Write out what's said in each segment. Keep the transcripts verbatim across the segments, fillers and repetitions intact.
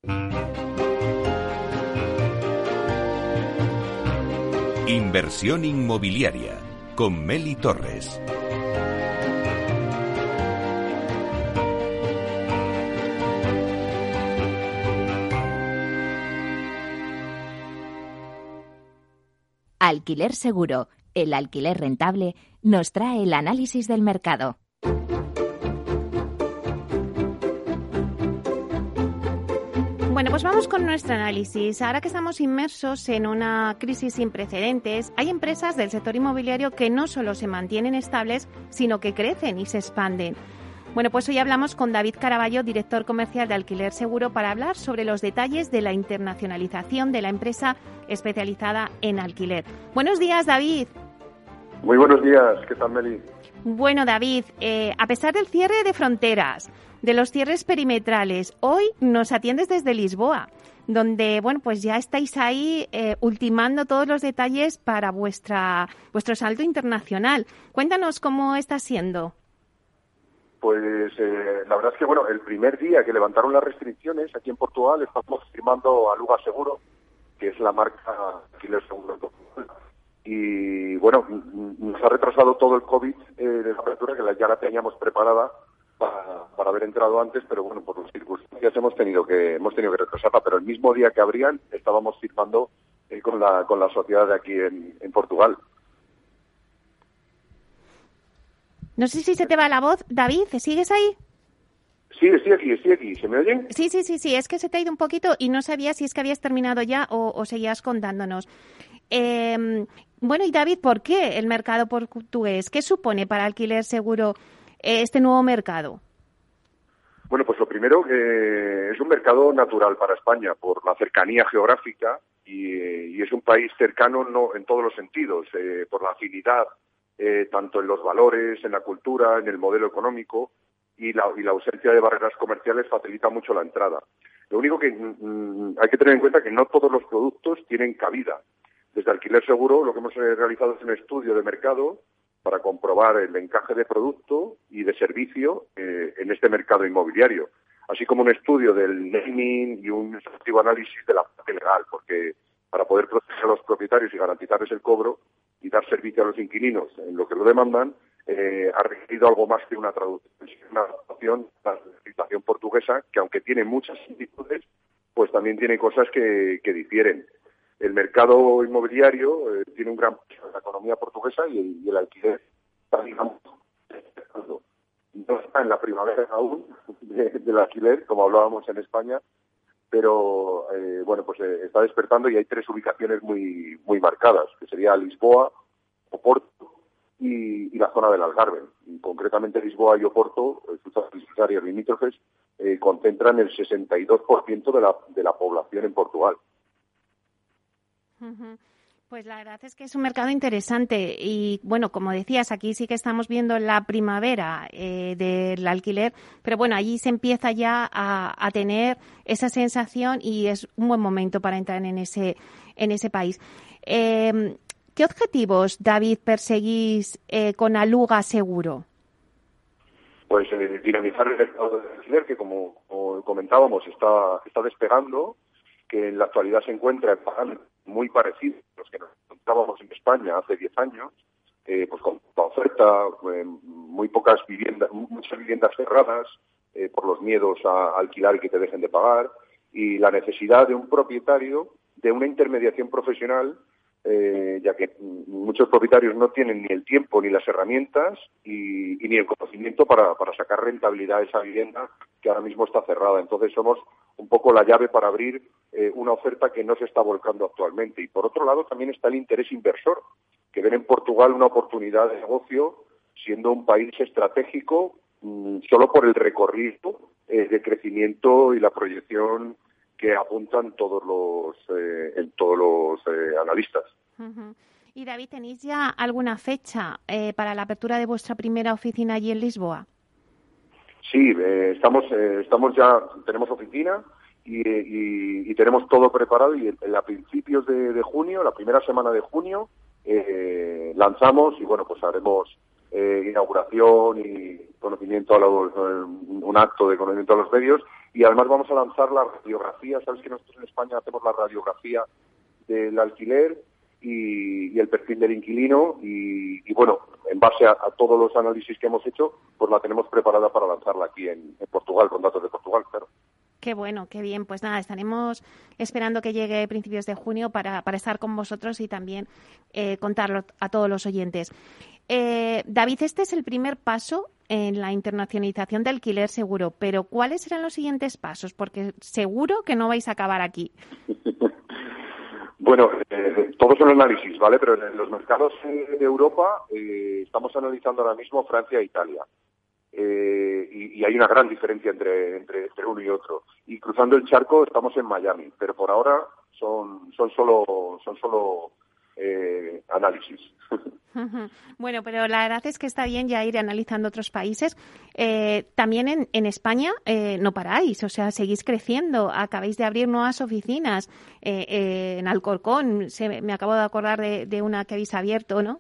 Inversión inmobiliaria con Meli Torres. Alquiler Seguro, el alquiler rentable, nos trae el análisis del mercado. Bueno, pues vamos con nuestro análisis. Ahora que estamos inmersos en una crisis sin precedentes, hay empresas del sector inmobiliario que no solo se mantienen estables, sino que crecen y se expanden. Bueno, pues hoy hablamos con David Caraballo, director comercial de Alquiler Seguro, para hablar sobre los detalles de la internacionalización de la empresa especializada en alquiler. Buenos días, David. Muy buenos días. ¿Qué tal, Meli? Bueno, David, eh, a pesar del cierre de fronteras, de los cierres perimetrales, hoy nos atiendes desde Lisboa, donde, bueno, pues ya estáis ahí eh, ultimando todos los detalles para vuestra vuestro salto internacional. Cuéntanos cómo está siendo. Pues eh, la verdad es que, bueno, el primer día que levantaron las restricciones aquí en Portugal estamos firmando Aluga Seguro, que es la marca Alquiler Seguro en Portugal. Y, bueno, nos ha retrasado todo el COVID eh, de la apertura, que ya la teníamos preparada para, para haber entrado antes, pero, bueno, por las circunstancias hemos tenido que hemos tenido que retrasarla. Pero el mismo día que abrían estábamos firmando eh, con la con la sociedad de aquí en, en Portugal. No sé si se te va la voz, David, ¿sigues ahí? Sí, estoy aquí, estoy aquí. ¿Se me oyen? Sí, sí, sí, sí, es que se te ha ido un poquito y no sabía si es que habías terminado ya o, o seguías contándonos. Eh, bueno, y David, ¿por qué el mercado portugués? ¿Qué supone para Alquiler Seguro eh, este nuevo mercado? Bueno, pues lo primero, eh, es un mercado natural para España por la cercanía geográfica y, eh, y es un país cercano no en todos los sentidos, eh, por la afinidad, eh, tanto en los valores, en la cultura, en el modelo económico, y la, y la ausencia de barreras comerciales facilita mucho la entrada. Lo único que mm, hay que tener en cuenta es que no todos los productos tienen cabida. Desde Alquiler Seguro lo que hemos realizado es un estudio de mercado para comprobar el encaje de producto y de servicio eh, en este mercado inmobiliario, así como un estudio del naming y un exhaustivo análisis de la parte legal, porque para poder proteger a los propietarios y garantizarles el cobro y dar servicio a los inquilinos en lo que lo demandan, eh, ha requerido algo más que una traducción, una adaptación a la legislación portuguesa, que aunque tiene muchas similitudes, pues también tiene cosas que, que difieren. El mercado inmobiliario eh, tiene un gran peso en la economía portuguesa y el, y el alquiler está, digamos, no está en la primavera aún de, del alquiler, como hablábamos en España, pero eh, bueno, pues eh, está despertando y hay tres ubicaciones muy muy marcadas, que sería Lisboa, Oporto y, y la zona del Algarve. Y concretamente Lisboa y Oporto, sus áreas limítrofes, eh, concentran el sesenta y dos por ciento de la, de la población en Portugal. Pues la verdad es que es un mercado interesante y, bueno, como decías, aquí sí que estamos viendo la primavera eh, del alquiler, pero bueno, allí se empieza ya a, a tener esa sensación y es un buen momento para entrar en ese en ese país. Eh, ¿Qué objetivos, David, perseguís eh, con Aluga Seguro? Pues eh, dinamizar el mercado del alquiler, que como, como comentábamos está está despegando, que en la actualidad se encuentra en pagando muy parecidos a los que nos encontrábamos en España hace diez años, eh, pues con la oferta, eh, muy pocas viviendas, muchas viviendas cerradas eh, por los miedos a alquilar y que te dejen de pagar, y la necesidad de un propietario de una intermediación profesional, eh, ya que muchos propietarios no tienen ni el tiempo ni las herramientas y, y ni el conocimiento para, para sacar rentabilidad a esa vivienda que ahora mismo está cerrada. Entonces somos un poco la llave para abrir eh, una oferta que no se está volcando actualmente. Y por otro lado también está el interés inversor, que ven en Portugal una oportunidad de negocio, siendo un país estratégico mmm, solo por el recorrido eh, de crecimiento y la proyección que apuntan todos los eh, en todos los eh, analistas. Uh-huh. Y David, ¿tenéis ya alguna fecha eh, para la apertura de vuestra primera oficina allí en Lisboa? Sí, eh, estamos eh, estamos ya tenemos oficina y, y, y tenemos todo preparado y en, a principios de, de junio, la primera semana de junio, eh, lanzamos y bueno, pues haremos eh, inauguración y conocimiento a los, eh, un acto de conocimiento a los medios y además vamos a lanzar la radiografía. Sabes que nosotros en España hacemos la radiografía del alquiler y, y el perfil del inquilino y, y bueno, en base a, a todos los análisis que hemos hecho, pues la tenemos preparada para lanzarla aquí en, en Portugal, con datos de Portugal, claro. Qué bueno, qué bien. Pues nada, estaremos esperando que llegue a principios de junio para, para estar con vosotros y también eh, contarlo a todos los oyentes. Eh, David, este es el primer paso en la internacionalización de alquiler seguro, pero ¿cuáles serán los siguientes pasos? Porque seguro que no vais a acabar aquí. Bueno, eh, todo es un análisis, ¿vale? Pero en los mercados de Europa eh, estamos analizando ahora mismo Francia e Italia. Eh, y, y hay una gran diferencia entre, entre, entre uno y otro. Y cruzando el charco estamos en Miami, pero por ahora son, son solo, son solo eh, análisis. Bueno, pero la verdad es que está bien ya ir analizando otros países. Eh, también en, en España eh, no paráis, o sea, seguís creciendo. Acabáis de abrir nuevas oficinas eh, eh, en Alcorcón. Se, me acabo de acordar de, de una que habéis abierto, ¿no?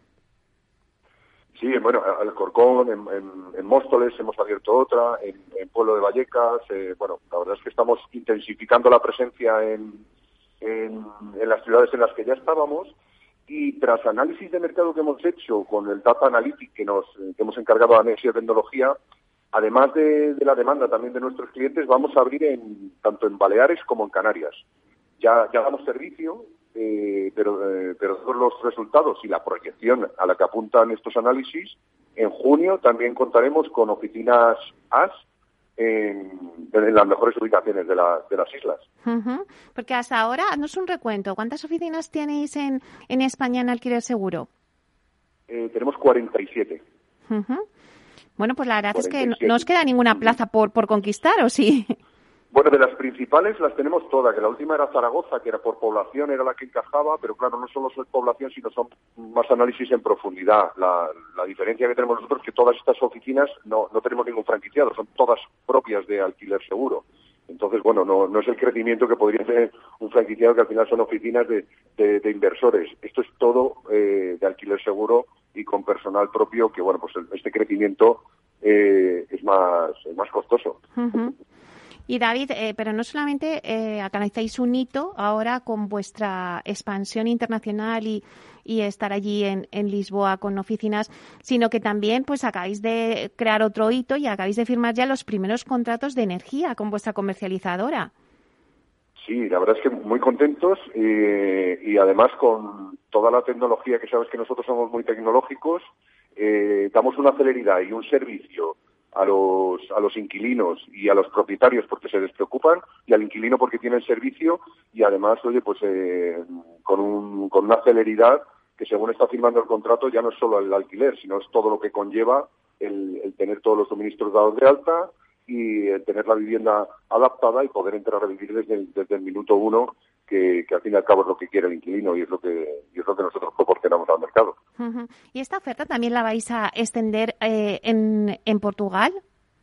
Sí, bueno, Alcorcón, en, en, en Móstoles hemos abierto otra, en, en Pueblo de Vallecas. Eh, bueno, la verdad es que estamos intensificando la presencia en, en, en las ciudades en las que ya estábamos. Y tras análisis de mercado que hemos hecho con el Data Analytics que nos que hemos encargado a Nexia Tecnología, además de, de la demanda también de nuestros clientes, vamos a abrir en tanto en Baleares como en Canarias. Ya, ya damos servicio, eh, pero, eh, pero todos los resultados y la proyección a la que apuntan estos análisis, en junio también contaremos con oficinas A S en, en las mejores ubicaciones de, la, de las islas. Uh-huh. Porque hasta ahora, haznos un recuento, ¿cuántas oficinas tenéis en, en España en alquiler seguro? Eh, tenemos cuarenta y siete. Uh-huh. Bueno, pues la verdad cuarenta y siete. Es que no, no os queda ninguna plaza por, por conquistar, ¿o sí? Bueno, de las principales las tenemos todas, que la última era Zaragoza, que era por población, era la que encajaba, pero claro, no solo son población, sino son más análisis en profundidad. La, la diferencia que tenemos nosotros es que todas estas oficinas no, no tenemos ningún franquiciado, son todas propias de alquiler seguro. Entonces, bueno, no, no es el crecimiento que podría tener un franquiciado, que al final son oficinas de, de, de inversores. Esto es todo eh, de alquiler seguro y con personal propio, que bueno, pues este crecimiento eh, es más, es más costoso. Uh-huh. Y David, eh, pero no solamente eh, alcanzáis un hito ahora con vuestra expansión internacional y, y estar allí en, en Lisboa con oficinas, sino que también pues acabáis de crear otro hito y acabáis de firmar ya los primeros contratos de energía con vuestra comercializadora. Sí, la verdad es que muy contentos eh, y además con toda la tecnología, que sabes que nosotros somos muy tecnológicos, eh, damos una celeridad y un servicio a los a los inquilinos y a los propietarios porque se despreocupan, y al inquilino porque tiene el servicio, y además, oye, pues eh, con un con una celeridad que según está firmando el contrato ya no es solo el alquiler, sino es todo lo que conlleva el, el tener todos los suministros dados de alta y el tener la vivienda adaptada y poder entrar a vivir desde el, desde el minuto uno, que, que al fin y al cabo es lo que quiere el inquilino y es lo que y es lo que nosotros proporcionamos al mercado. Uh-huh. ¿Y esta oferta también la vais a extender eh, en, en Portugal?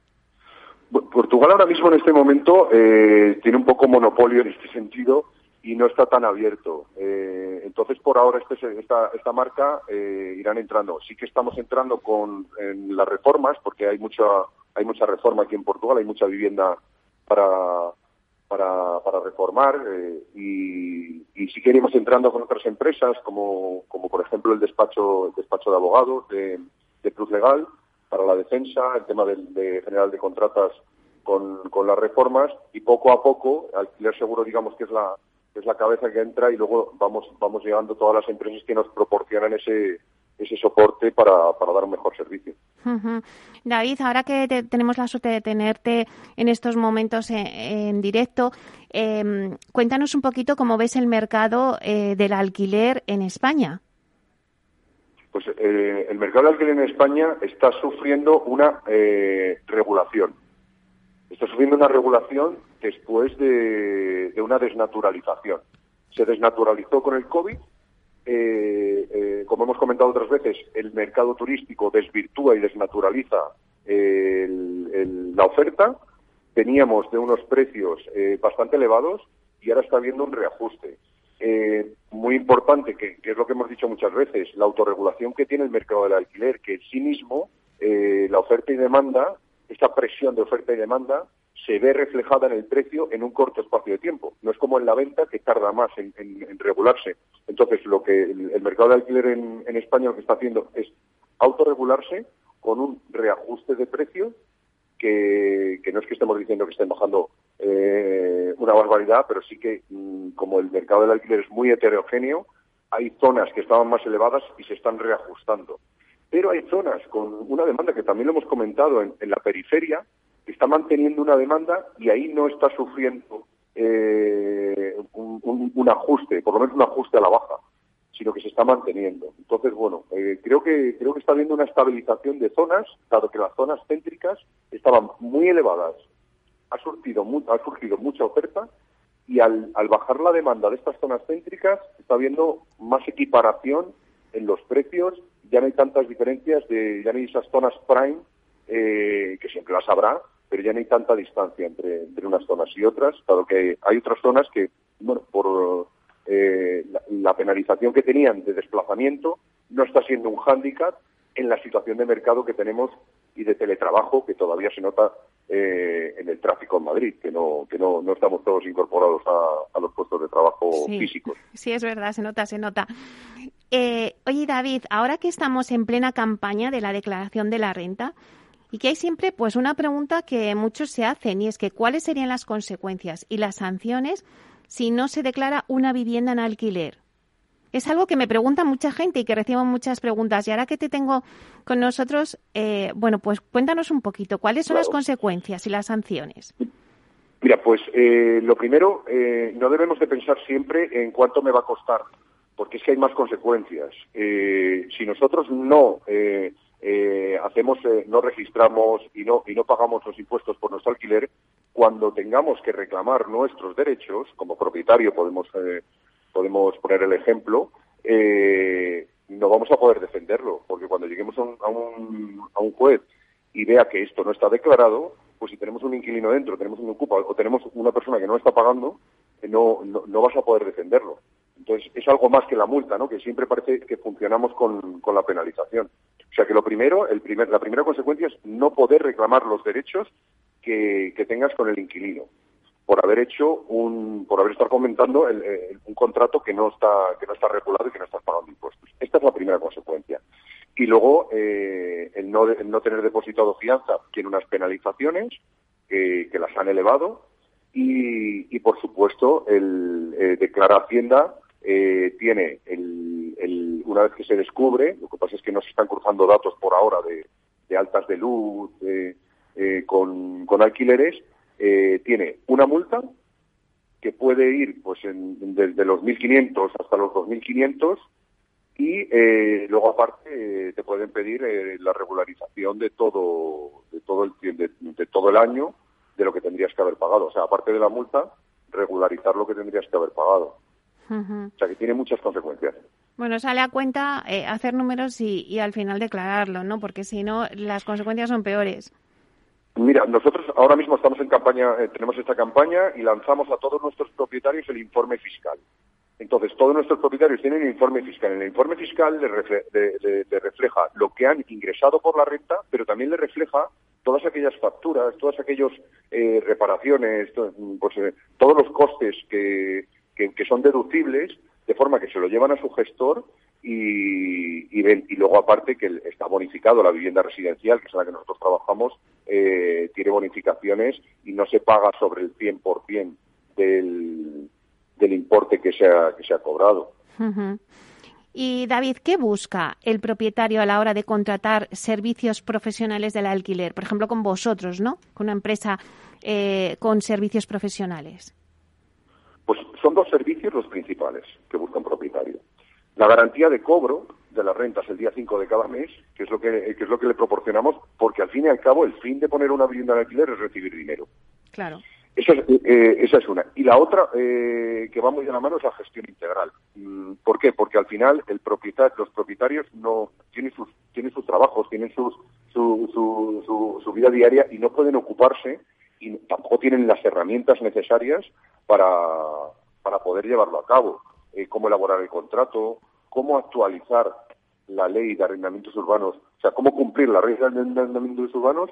Portugal ahora mismo en este momento eh, tiene un poco monopolio en este sentido y no está tan abierto. Eh, entonces, por ahora este, esta, esta marca eh, irán entrando. Sí que estamos entrando con en las reformas, porque hay mucha hay mucha reforma aquí en Portugal, hay mucha vivienda para para, para reformar eh, y, y sí que iremos entrando con otras empresas, como como por ejemplo el despacho el despacho de abogados de, de Cruz Legal para la defensa, el tema de, de general de contratas con, con las reformas, y poco a poco alquiler seguro, digamos que es la es la cabeza que entra, y luego vamos vamos llegando todas las empresas que nos proporcionan ese ese soporte para, para dar un mejor servicio. Uh-huh. David, ahora que te, tenemos la suerte de tenerte en estos momentos en, en directo, eh, cuéntanos un poquito cómo ves el mercado eh, del alquiler en España. Pues eh, el mercado del alquiler en España está sufriendo una eh, regulación. Está sufriendo una regulación después de, de una desnaturalización. Se desnaturalizó con el COVID. Eh, eh, como hemos comentado otras veces, el mercado turístico desvirtúa y desnaturaliza eh, el, el, la oferta. Teníamos de unos precios eh, bastante elevados y ahora está habiendo un reajuste. Eh, muy importante, que, que es lo que hemos dicho muchas veces, la autorregulación que tiene el mercado del alquiler, que en sí mismo eh, la oferta y demanda, esta presión de oferta y demanda, se ve reflejada en el precio en un corto espacio de tiempo. No es como en la venta, que tarda más en, en, en regularse. Entonces, lo que el, el mercado de alquiler en, en España lo que está haciendo es autorregularse con un reajuste de precios que, que no es que estemos diciendo que estén bajando eh, una barbaridad, pero sí que, mmm, como el mercado del alquiler es muy heterogéneo, hay zonas que estaban más elevadas y se están reajustando. Pero hay zonas con una demanda, que también lo hemos comentado, en, en la periferia, que está manteniendo una demanda y ahí no está sufriendo eh, un, un, un ajuste, por lo menos un ajuste a la baja, sino que se está manteniendo. Entonces, bueno, eh, creo que creo que está habiendo una estabilización de zonas, dado que las zonas céntricas estaban muy elevadas, ha surgido, mu ha surgido mucha oferta, y al, al bajar la demanda de estas zonas céntricas está habiendo más equiparación en los precios, ya no hay tantas diferencias, de ya no hay esas zonas prime, eh, que siempre las habrá, pero ya no hay tanta distancia entre, entre unas zonas y otras, dado que hay otras zonas que, bueno, por eh, la, la penalización que tenían de desplazamiento no está siendo un hándicap en la situación de mercado que tenemos y de teletrabajo que todavía se nota eh, en el tráfico en Madrid, que no que no, no estamos todos incorporados a, a los puestos de trabajo sí, físicos. Sí, es verdad, se nota, se nota. Eh, oye, David, ahora que estamos en plena campaña de la declaración de la renta, y que hay siempre pues una pregunta que muchos se hacen, y es que ¿cuáles serían las consecuencias y las sanciones si no se declara una vivienda en alquiler? Es algo que me pregunta mucha gente y que recibo muchas preguntas. Y ahora que te tengo con nosotros, eh, bueno, pues cuéntanos un poquito, ¿cuáles son claro. las consecuencias y las sanciones? Mira, pues eh, lo primero, eh, no debemos de pensar siempre en cuánto me va a costar, porque es que hay más consecuencias. Eh, si nosotros no... Eh, Eh, hacemos, eh, no registramos y no y no pagamos los impuestos por nuestro alquiler, cuando tengamos que reclamar nuestros derechos, como propietario podemos eh, podemos poner el ejemplo, eh, no vamos a poder defenderlo, porque cuando lleguemos a un, a un, a un juez y vea que esto no está declarado, pues si tenemos un inquilino dentro, tenemos un ocupa o tenemos una persona que no está pagando, eh, no, no, no vas a poder defenderlo. Entonces, es algo más que la multa, ¿no? Que siempre parece que funcionamos con, con la penalización. O sea que lo primero, el primer, la primera consecuencia es no poder reclamar los derechos que, que tengas con el inquilino, por haber hecho un, por haber estado comentando el, el, un contrato que no está, que no está regulado y que no estás pagando impuestos. Esta es la primera consecuencia. Y luego, eh, el no, el no tener depositado fianza tiene unas penalizaciones que, que las han elevado y, y por supuesto, el eh, declarar Hacienda Eh, tiene el, el, una vez que se descubre, lo que pasa es que no se están cruzando datos por ahora de, de altas de luz eh, eh, con, con alquileres, eh, tiene una multa que puede ir pues en, desde los mil quinientos hasta los dos mil quinientos y eh, luego aparte eh, te pueden pedir eh, la regularización de todo de todo el de, de todo el año de lo que tendrías que haber pagado, o sea, aparte de la multa, regularizar lo que tendrías que haber pagado. Uh-huh. O sea, que tiene muchas consecuencias. Bueno, sale a cuenta eh, hacer números y, y al final declararlo, ¿no? Porque si no, las consecuencias son peores. Mira, nosotros ahora mismo estamos en campaña, eh, tenemos esta campaña y lanzamos a todos nuestros propietarios el informe fiscal. Entonces, todos nuestros propietarios tienen el informe fiscal. En el informe fiscal le, refle le, le, le refleja lo que han ingresado por la renta, pero también le refleja todas aquellas facturas, todas aquellas eh, reparaciones, to pues, eh, todos los costes que... Que, que son deducibles, de forma que se lo llevan a su gestor y, y, ven, y luego aparte que está bonificado la vivienda residencial, que es la que nosotros trabajamos, eh, tiene bonificaciones y no se paga sobre el cien por cien del, del importe que se ha, que se ha cobrado. Uh-huh. Y David, ¿qué busca el propietario a la hora de contratar servicios profesionales del alquiler? Por ejemplo, con vosotros, ¿no? Con una empresa eh, con servicios profesionales. Pues son dos servicios los principales que busca un propietario. La garantía de cobro de las rentas el día cinco de cada mes, que es lo que, que es lo que le proporcionamos, porque al fin y al cabo el fin de poner una vivienda en alquiler es recibir dinero. Claro. Esa es, eh, esa es una. Y la otra, eh, que va muy de la mano, es la gestión integral. ¿Por qué? Porque al final el propietario, los propietarios no tienen sus, tienen sus trabajos, tienen sus, su, su, su, su vida diaria y no pueden ocuparse y tampoco tienen las herramientas necesarias para, para poder llevarlo a cabo. Eh, cómo elaborar el contrato, cómo actualizar la ley de arrendamientos urbanos, o sea, cómo cumplir la ley de arrendamientos urbanos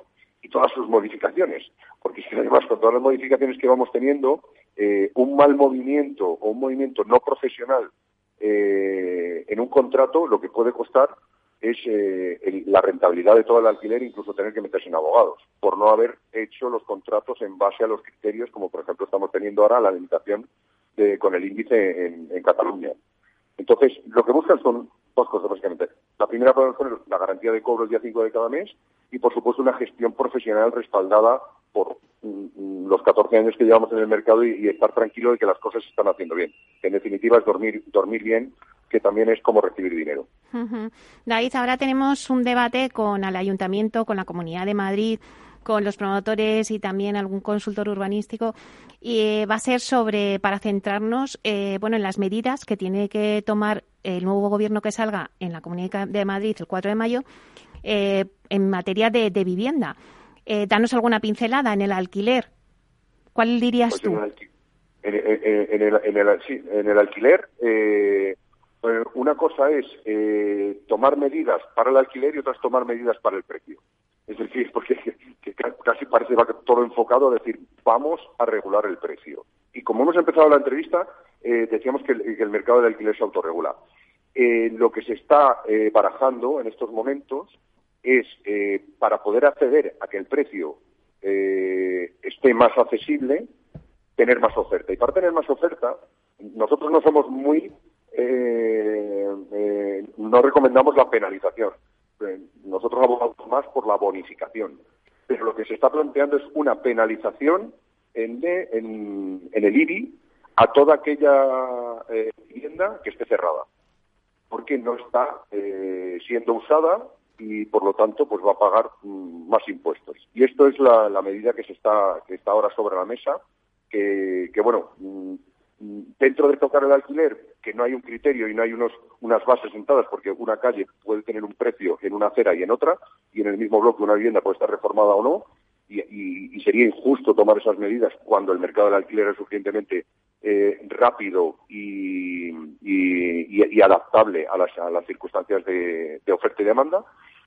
y todas sus modificaciones, porque es que además con todas las modificaciones que vamos teniendo, eh, un mal movimiento o un movimiento no profesional eh, en un contrato lo que puede costar es eh, el, la rentabilidad de todo el alquiler, incluso tener que meterse en abogados, por no haber hecho los contratos en base a los criterios, como por ejemplo estamos teniendo ahora la limitación de, con el índice en, en Cataluña. Entonces, lo que buscan son dos cosas, básicamente. La primera, por ejemplo, la garantía de cobro el día cinco de cada mes y, por supuesto, una gestión profesional respaldada por mm, los catorce años que llevamos en el mercado y, y estar tranquilo de que las cosas se están haciendo bien. Que, en definitiva, es dormir, dormir bien, que también es como recibir dinero. Uh-huh. David, ahora tenemos un debate con el Ayuntamiento, con la Comunidad de Madrid, con los promotores y también algún consultor urbanístico, y eh, va a ser sobre, para centrarnos eh, bueno, en las medidas que tiene que tomar el nuevo gobierno que salga en la Comunidad de Madrid el cuatro de mayo eh, en materia de, de vivienda. Eh, danos alguna pincelada en el alquiler. ¿Cuál dirías pues tú? En el, en, en, en, el, en, el, sí, en el alquiler, eh, una cosa es eh, tomar medidas para el alquiler y otras tomar medidas para el precio. Es decir, porque que casi parece va todo enfocado a decir, vamos a regular el precio. Y como hemos empezado la entrevista, eh, decíamos que el, que el mercado del alquiler se autorregula. Eh, lo que se está eh, barajando en estos momentos es, eh, para poder acceder a que el precio eh, esté más accesible, tener más oferta. Y para tener más oferta, nosotros no somos muy... Eh, eh, no recomendamos la penalización. Nosotros abogamos más por la bonificación. Pero lo que se está planteando es una penalización en, en, en el I B I a toda aquella eh, vivienda que esté cerrada, porque no está eh, siendo usada y por lo tanto pues va a pagar mm, más impuestos. Y esto es la, la medida que se está que está ahora sobre la mesa, que, que bueno, mm, dentro de tocar el alquiler, que no hay un criterio y no hay unos unas bases sentadas, porque una calle puede tener un precio en una acera y en otra, y en el mismo bloque una vivienda puede estar reformada o no, y, y, y sería injusto tomar esas medidas cuando el mercado del alquiler es suficientemente eh, rápido y, y, y, y adaptable a las, a las circunstancias de, de oferta y demanda,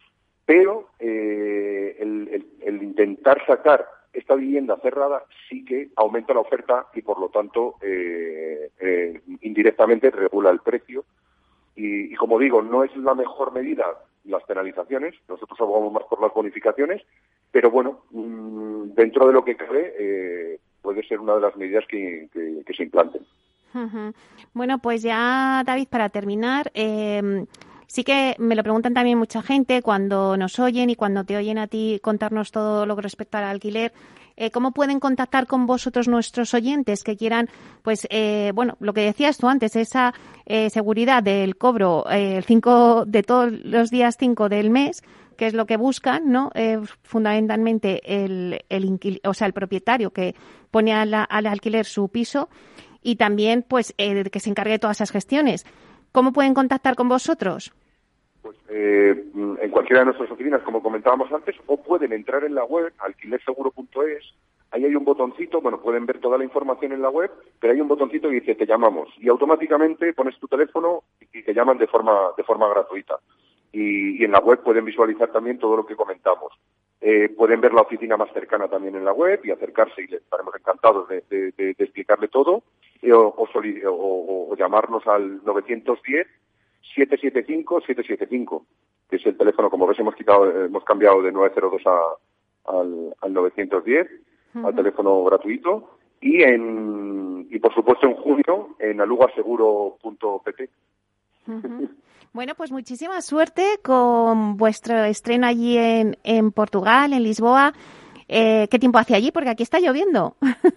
pero eh, el, el, el intentar sacar esta vivienda cerrada sí que aumenta la oferta y, por lo tanto, eh, eh, indirectamente regula el precio. Y, y, como digo, no es la mejor medida las penalizaciones, nosotros abogamos más por las bonificaciones, pero bueno, mmm, dentro de lo que cabe, eh, puede ser una de las medidas que, que, que se implanten. Uh-huh. Bueno, pues ya, David, para terminar... Eh... Sí que me lo preguntan también mucha gente cuando nos oyen y cuando te oyen a ti contarnos todo lo que respecta al alquiler. Eh, ¿Cómo pueden contactar con vosotros nuestros oyentes que quieran, pues, eh, bueno, lo que decías tú antes, esa eh, seguridad del cobro eh, el cinco de todos los días cinco del mes, que es lo que buscan, ¿no? Eh, fundamentalmente el, el, inquil- o sea, el propietario que pone a la, al alquiler su piso y también, pues, eh, que se encargue de todas esas gestiones. ¿Cómo pueden contactar con vosotros? Pues eh, en cualquiera de nuestras oficinas, como comentábamos antes, o pueden entrar en la web, alquiler seguro punto es, ahí hay un botoncito, bueno, pueden ver toda la información en la web, pero hay un botoncito que dice, te llamamos, y automáticamente pones tu teléfono y te llaman de forma, de forma gratuita. Y, y en la web pueden visualizar también todo lo que comentamos. Eh, pueden ver la oficina más cercana también en la web y acercarse, y les estaremos encantados de, de, de, de explicarle todo, eh, o, o, soli- o, o, o llamarnos al nueve uno cero, siete siete cinco, siete siete cinco, que es el teléfono, como ves, hemos quitado, hemos cambiado de nueve cero dos a, al, al nueve uno cero, uh-huh. al teléfono gratuito, y en y por supuesto en junio en alugaseguro punto p t. Uh-huh. Bueno, pues muchísima suerte con vuestro estreno allí en, en Portugal, en Lisboa. Eh, ¿Qué tiempo hace allí? Porque aquí está lloviendo.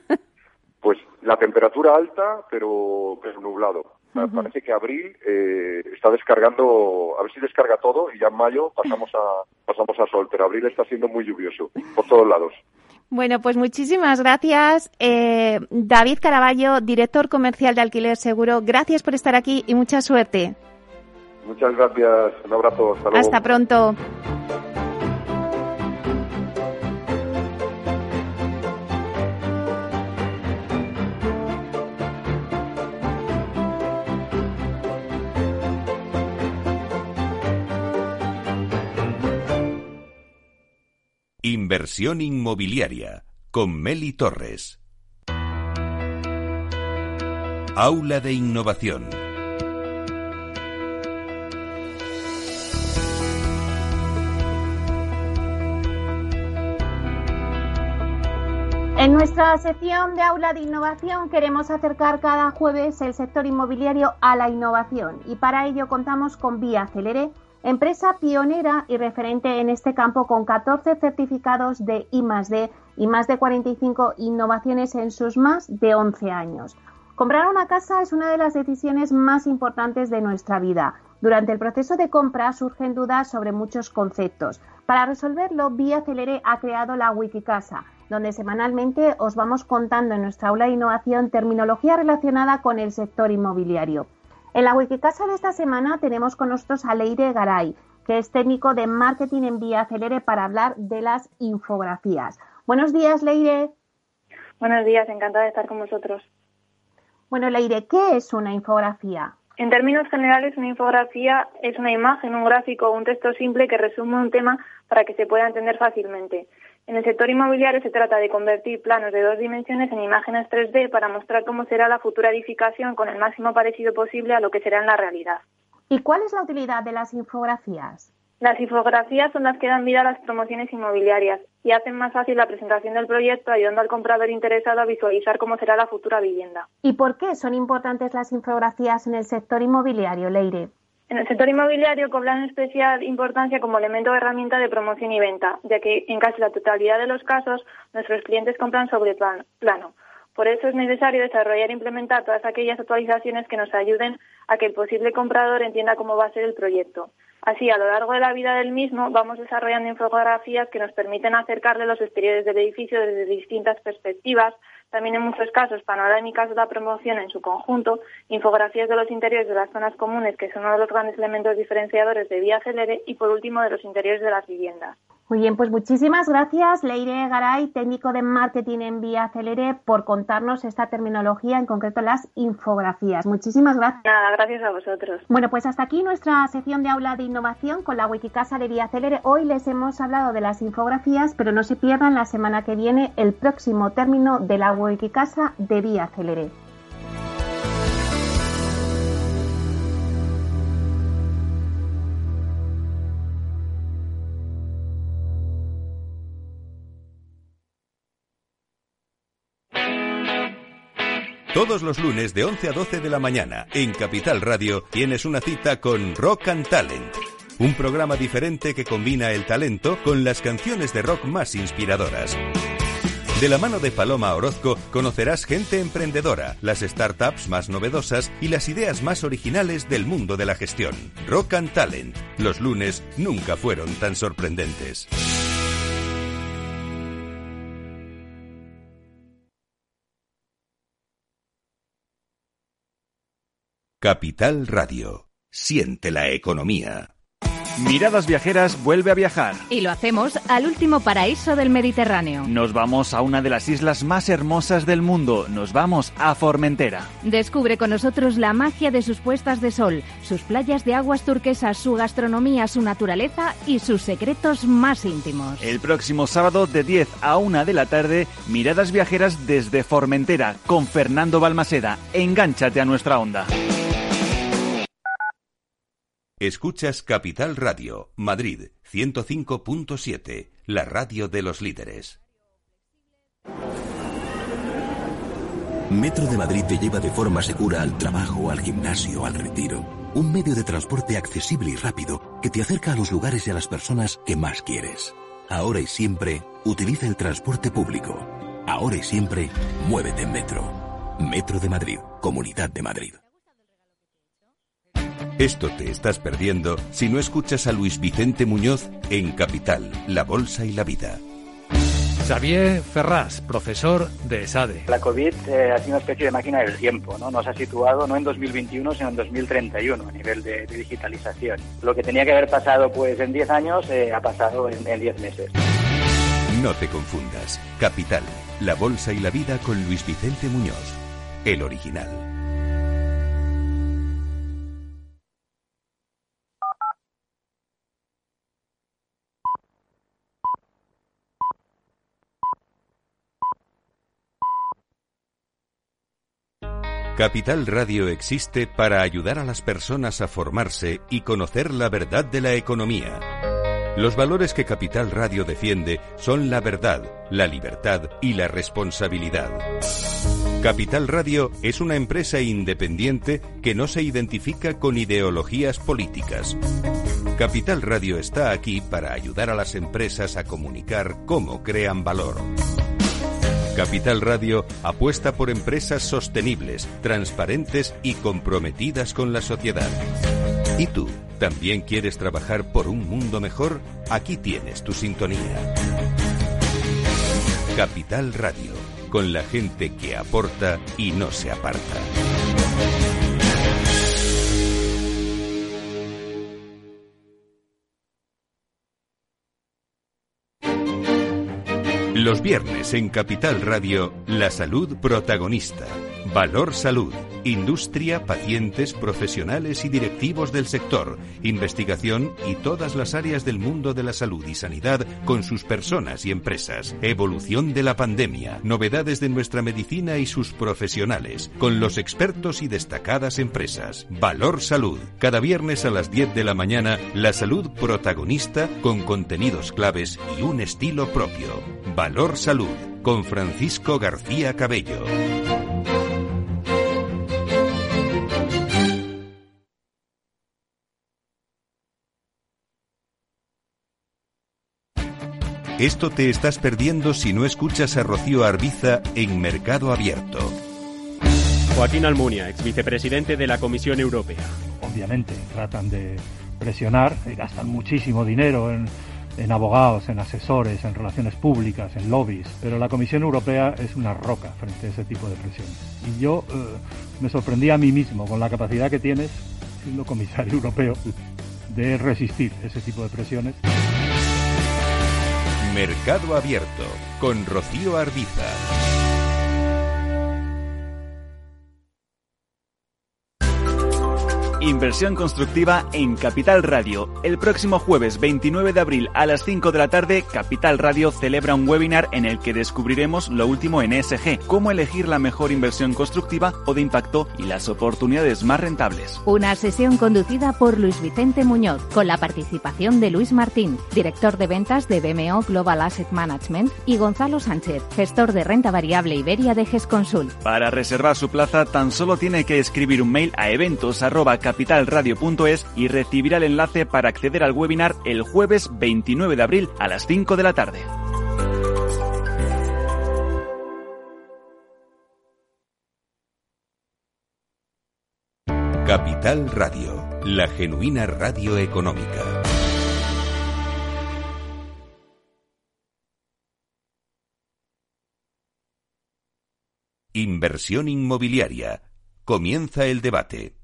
Pues la temperatura alta, pero, pero nublado. Uh-huh. Parece que abril eh, está descargando, a ver si descarga todo y ya en mayo pasamos a pasamos a sol, pero abril está siendo muy lluvioso por todos lados. Bueno, pues muchísimas gracias, eh, David Caraballo, director comercial de Alquiler Seguro. Gracias por estar aquí y mucha suerte. Muchas gracias, un abrazo, hasta luego. Hasta pronto. Inversión inmobiliaria con Meli Torres. Aula de innovación. En nuestra sección de Aula de Innovación queremos acercar cada jueves el sector inmobiliario a la innovación y para ello contamos con Via Celere, empresa pionera y referente en este campo con catorce certificados de I más D y más de cuarenta y cinco innovaciones en sus más de once años. Comprar una casa es una de las decisiones más importantes de nuestra vida. Durante el proceso de compra surgen dudas sobre muchos conceptos. Para resolverlo, Via Celere ha creado la Wikicasa, donde semanalmente os vamos contando en nuestra aula de innovación terminología relacionada con el sector inmobiliario. En la Wikicasa de esta semana tenemos con nosotros a Leire Garay, que es técnico de marketing en Via Celere, para hablar de las infografías. Buenos días, Leire. Buenos días, encantada de estar con vosotros. Bueno, Leire, ¿qué es una infografía? En términos generales, una infografía es una imagen, un gráfico o un texto simple que resume un tema para que se pueda entender fácilmente. En el sector inmobiliario se trata de convertir planos de dos dimensiones en imágenes tres D para mostrar cómo será la futura edificación con el máximo parecido posible a lo que será en la realidad. ¿Y cuál es la utilidad de las infografías? Las infografías son las que dan vida a las promociones inmobiliarias y hacen más fácil la presentación del proyecto, ayudando al comprador interesado a visualizar cómo será la futura vivienda. ¿Y por qué son importantes las infografías en el sector inmobiliario, Leire? En el sector inmobiliario cobran especial importancia como elemento o herramienta de promoción y venta, ya que en casi la totalidad de los casos nuestros clientes compran sobre plano. Por eso es necesario desarrollar e implementar todas aquellas actualizaciones que nos ayuden a que el posible comprador entienda cómo va a ser el proyecto. Así, a lo largo de la vida del mismo, vamos desarrollando infografías que nos permiten acercarle los exteriores del edificio desde distintas perspectivas, también en muchos casos panorámicas de la promoción en su conjunto, infografías de los interiores de las zonas comunes, que son uno de los grandes elementos diferenciadores de Via Celere, y por último de los interiores de las viviendas. Muy bien, pues muchísimas gracias, Leire Garay, técnico de marketing en Via Celere, por contarnos esta terminología, en concreto las infografías. Muchísimas gracias. Nada, gracias a vosotros. Bueno, pues hasta aquí nuestra sección de aula de innovación con la Wikicasa de Via Celere. Hoy les hemos hablado de las infografías, pero no se pierdan la semana que viene el próximo término de la Wikicasa de Via Celere. Todos los lunes de once a doce de la mañana en Capital Radio tienes una cita con Rock and Talent, un programa diferente que combina el talento con las canciones de rock más inspiradoras. De la mano de Paloma Orozco conocerás gente emprendedora, las startups más novedosas y las ideas más originales del mundo de la gestión. Rock and Talent. Los lunes nunca fueron tan sorprendentes. Capital Radio. Siente la economía. Miradas Viajeras vuelve a viajar. Y lo hacemos al último paraíso del Mediterráneo. Nos vamos a una de las islas más hermosas del mundo. Nos vamos a Formentera. Descubre con nosotros la magia de sus puestas de sol, sus playas de aguas turquesas, su gastronomía, su naturaleza y sus secretos más íntimos. El próximo sábado de diez a una de la tarde, Miradas Viajeras desde Formentera con Fernando Balmaseda. Engánchate a nuestra onda. Escuchas Capital Radio, Madrid, ciento cinco punto siete, la radio de los líderes. Metro de Madrid te lleva de forma segura al trabajo, al gimnasio, al retiro. Un medio de transporte accesible y rápido que te acerca a los lugares y a las personas que más quieres. Ahora y siempre, utiliza el transporte público. Ahora y siempre, muévete en Metro. Metro de Madrid, Comunidad de Madrid. Esto te estás perdiendo si no escuchas a Luis Vicente Muñoz en Capital, La Bolsa y la Vida. Xavier Ferrás, profesor de ESADE. La COVID eh, ha sido una especie de máquina del tiempo, ¿no? Nos ha situado no en dos mil veintiuno, sino en dos mil treinta y uno a nivel de, de digitalización. Lo que tenía que haber pasado pues en diez años eh, ha pasado en, en diez meses. No te confundas. Capital, La Bolsa y la Vida con Luis Vicente Muñoz, el original. Capital Radio existe para ayudar a las personas a formarse y conocer la verdad de la economía. Los valores que Capital Radio defiende son la verdad, la libertad y la responsabilidad. Capital Radio es una empresa independiente que no se identifica con ideologías políticas. Capital Radio está aquí para ayudar a las empresas a comunicar cómo crean valor. Capital Radio apuesta por empresas sostenibles, transparentes y comprometidas con la sociedad. ¿Y tú, también quieres trabajar por un mundo mejor? Aquí tienes tu sintonía. Capital Radio, con la gente que aporta y no se aparta. Los viernes en Capital Radio, la salud protagonista. Valor Salud. Industria, pacientes, profesionales y directivos del sector. Investigación y todas las áreas del mundo de la salud y sanidad con sus personas y empresas. Evolución de la pandemia. Novedades de nuestra medicina y sus profesionales. Con los expertos y destacadas empresas. Valor Salud. Cada viernes a las diez de la mañana, la salud protagonista con contenidos claves y un estilo propio. Valor Salud. Con Francisco García Cabello. Esto te estás perdiendo si no escuchas a Rocío Arbiza en Mercado Abierto. Joaquín Almunia, ex vicepresidente de la Comisión Europea. Obviamente tratan de presionar y gastan muchísimo dinero en, en abogados, en asesores, en relaciones públicas, en lobbies, pero la Comisión Europea es una roca frente a ese tipo de presiones. Y yo eh, me sorprendí a mí mismo con la capacidad que tienes, siendo comisario europeo, de resistir ese tipo de presiones. Mercado Abierto, con Rocío Arbiza. Inversión constructiva en Capital Radio. El próximo jueves veintinueve de abril a las cinco de la tarde, Capital Radio celebra un webinar en el que descubriremos lo último en E S G, cómo elegir la mejor inversión constructiva o de impacto y las oportunidades más rentables. Una sesión conducida por Luis Vicente Muñoz, con la participación de Luis Martín, director de ventas de B M O Global Asset Management, y Gonzalo Sánchez, gestor de renta variable Iberia de GESConsult. Para reservar su plaza, tan solo tiene que escribir un mail a eventos arroba capitalradio punto es y recibirá el enlace para acceder al webinar el jueves veintinueve de abril a las cinco de la tarde. Capital Radio, la genuina radio económica. Inversión inmobiliaria. Comienza el debate.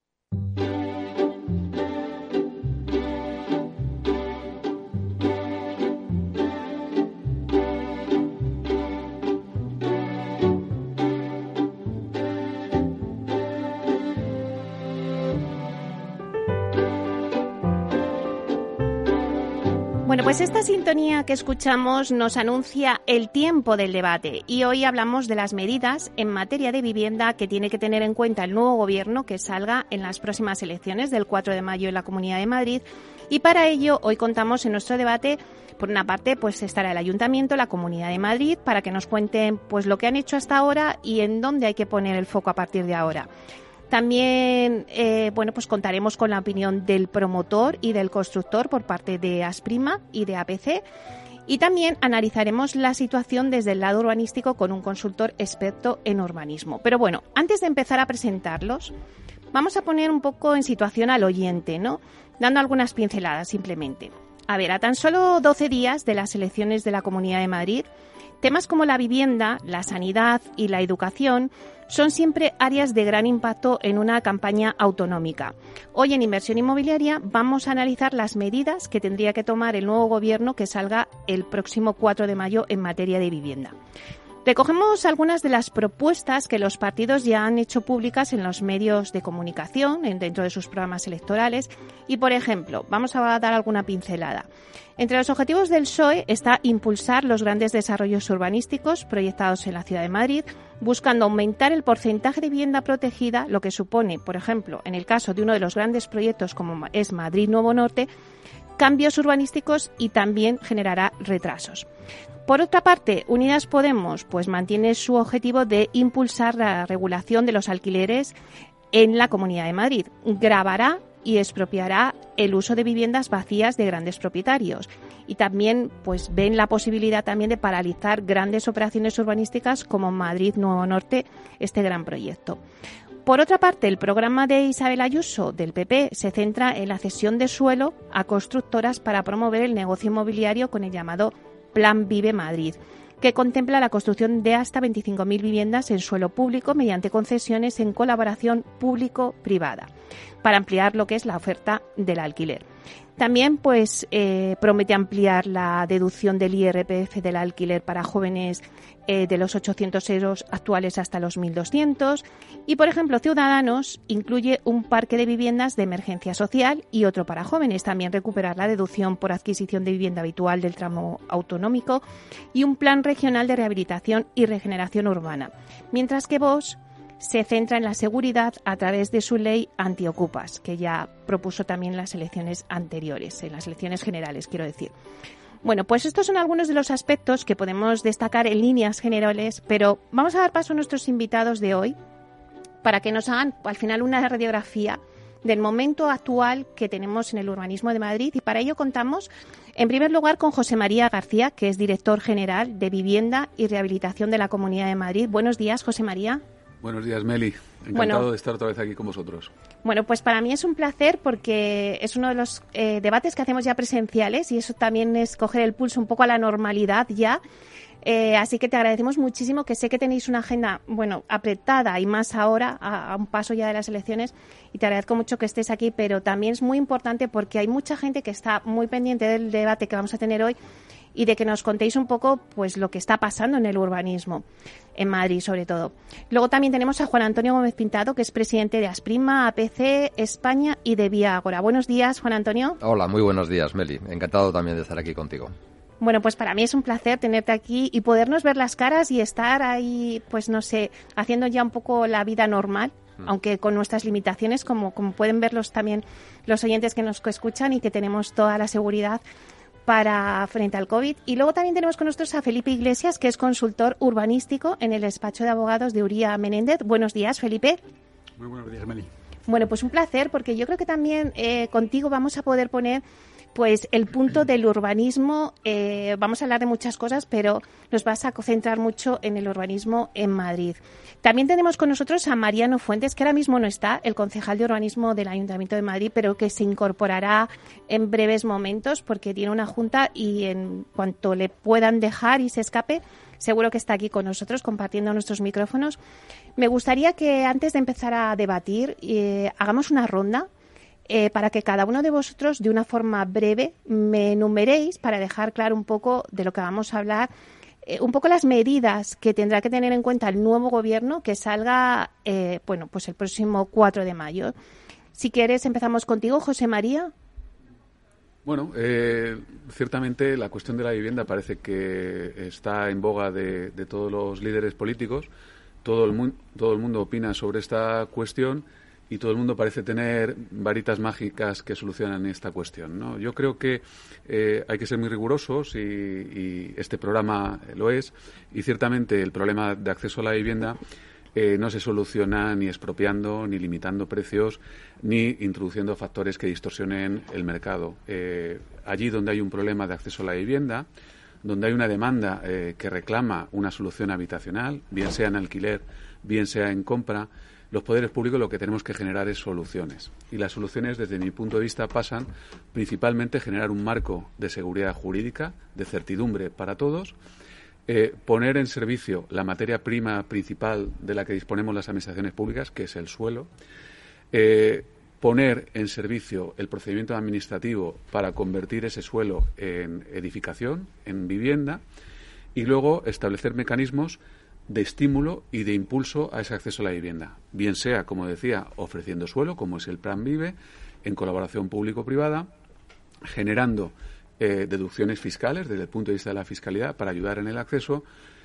Bueno, pues esta sintonía que escuchamos nos anuncia el tiempo del debate y hoy hablamos de las medidas en materia de vivienda que tiene que tener en cuenta el nuevo gobierno que salga en las próximas elecciones del cuatro de mayo en la Comunidad de Madrid, y para ello hoy contamos en nuestro debate, por una parte, pues estará el Ayuntamiento, la Comunidad de Madrid, para que nos cuenten pues lo que han hecho hasta ahora y en dónde hay que poner el foco a partir de ahora. También, eh, bueno, pues contaremos con la opinión del promotor y del constructor por parte de Asprima y de A P C. Y también analizaremos la situación desde el lado urbanístico con un consultor experto en urbanismo. Pero bueno, antes de empezar a presentarlos, vamos a poner un poco en situación al oyente, ¿no? Dando algunas pinceladas simplemente. A ver, a tan solo doce días de las elecciones de la Comunidad de Madrid, temas como la vivienda, la sanidad y la educación son siempre áreas de gran impacto en una campaña autonómica. Hoy en Inversión Inmobiliaria vamos a analizar las medidas que tendría que tomar el nuevo gobierno que salga el próximo cuatro de mayo en materia de vivienda. Recogemos algunas de las propuestas que los partidos ya han hecho públicas en los medios de comunicación, en, dentro de sus programas electorales. Y, por ejemplo, vamos a dar alguna pincelada. Entre los objetivos del P S O E está impulsar los grandes desarrollos urbanísticos proyectados en la ciudad de Madrid, buscando aumentar el porcentaje de vivienda protegida, lo que supone, por ejemplo, en el caso de uno de los grandes proyectos como es Madrid Nuevo Norte, cambios urbanísticos y también generará retrasos. Por otra parte, Unidas Podemos pues mantiene su objetivo de impulsar la regulación de los alquileres en la Comunidad de Madrid. Gravará y expropiará el uso de viviendas vacías de grandes propietarios y también pues ven la posibilidad también de paralizar grandes operaciones urbanísticas como Madrid Nuevo Norte, este gran proyecto. Por otra parte, el programa de Isabel Ayuso del P P se centra en la cesión de suelo a constructoras para promover el negocio inmobiliario con el llamado Plan Vive Madrid, que contempla la construcción de hasta veinticinco mil viviendas en suelo público mediante concesiones en colaboración público-privada, para ampliar lo que es la oferta del alquiler. También pues eh, promete ampliar la deducción del I R P F del alquiler para jóvenes eh, de los ochocientos euros actuales hasta los mil doscientos. Y, por ejemplo, Ciudadanos incluye un parque de viviendas de emergencia social y otro para jóvenes. También recuperar la deducción por adquisición de vivienda habitual del tramo autonómico y un plan regional de rehabilitación y regeneración urbana. Mientras que Vox se centra en la seguridad a través de su ley antiocupas, que ya propuso también en las elecciones anteriores, en las elecciones generales, quiero decir. Bueno, pues estos son algunos de los aspectos que podemos destacar en líneas generales, pero vamos a dar paso a nuestros invitados de hoy para que nos hagan al final una radiografía del momento actual que tenemos en el urbanismo de Madrid, y para ello contamos en primer lugar con José María García, que es director general de Vivienda y Rehabilitación de la Comunidad de Madrid. Buenos días, José María. Buenos días, Meli. Encantado bueno, de estar otra vez aquí con vosotros. Bueno, pues para mí es un placer porque es uno de los eh, debates que hacemos ya presenciales y eso también es coger el pulso un poco a la normalidad ya. Eh, así que te agradecemos muchísimo, que sé que tenéis una agenda, bueno, apretada y más ahora, a, a un paso ya de las elecciones, y te agradezco mucho que estés aquí, pero también es muy importante porque hay mucha gente que está muy pendiente del debate que vamos a tener hoy y de que nos contéis un poco pues lo que está pasando en el urbanismo, en Madrid sobre todo. Luego también tenemos a Juan Antonio Gómez Pintado, que es presidente de Asprima, A P C, España y de Vía Ágora. Buenos días, Juan Antonio. Hola, muy buenos días, Meli. Encantado también de estar aquí contigo. Bueno, pues para mí es un placer tenerte aquí y podernos ver las caras y estar ahí, pues no sé, haciendo ya un poco la vida normal, mm. aunque con nuestras limitaciones, como, como pueden verlos también los oyentes que nos escuchan, y que tenemos toda la seguridad para frente al COVID. Y luego también tenemos con nosotros a Felipe Iglesias, que es consultor urbanístico en el despacho de abogados de Uría Menéndez. Buenos días, Felipe. Muy buenos días, Meli. Bueno, pues un placer, porque yo creo que también eh, contigo vamos a poder poner pues el punto del urbanismo. Eh, vamos a hablar de muchas cosas, pero nos vas a concentrar mucho en el urbanismo en Madrid. También tenemos con nosotros a Mariano Fuentes, que ahora mismo no está, el concejal de urbanismo del Ayuntamiento de Madrid, pero que se incorporará en breves momentos porque tiene una junta y en cuanto le puedan dejar y se escape, seguro que está aquí con nosotros compartiendo nuestros micrófonos. Me gustaría que antes de empezar a debatir eh, hagamos una ronda Eh, para que cada uno de vosotros, de una forma breve, me enumeréis, para dejar claro un poco de lo que vamos a hablar, eh, un poco las medidas que tendrá que tener en cuenta el nuevo gobierno que salga eh, bueno, pues el próximo cuatro de mayo. Si quieres, empezamos contigo, José María. Bueno, eh, ciertamente la cuestión de la vivienda parece que está en boga de, de todos los líderes políticos. Todo el, mu- todo el mundo opina sobre esta cuestión y todo el mundo parece tener varitas mágicas que solucionan esta cuestión, ¿no? Yo creo que eh, hay que ser muy rigurosos y, y este programa lo es, y ciertamente el problema de acceso a la vivienda eh, no se soluciona ni expropiando, ni limitando precios, ni introduciendo factores que distorsionen el mercado. Eh, allí donde hay un problema de acceso a la vivienda, donde hay una demanda eh, que reclama una solución habitacional, bien sea en alquiler, bien sea en compra, los poderes públicos lo que tenemos que generar es soluciones. Y las soluciones, desde mi punto de vista, pasan principalmente a generar un marco de seguridad jurídica, de certidumbre para todos, eh, poner en servicio la materia prima principal de la que disponemos las administraciones públicas, que es el suelo, eh, poner en servicio el procedimiento administrativo para convertir ese suelo en edificación, en vivienda, y luego establecer mecanismos de estímulo y de impulso a ese acceso a la vivienda. Bien sea, como decía, ofreciendo suelo, como es el Plan Vive, en colaboración público-privada, generando eh, deducciones fiscales desde el punto de vista de la fiscalidad para ayudar en el acceso,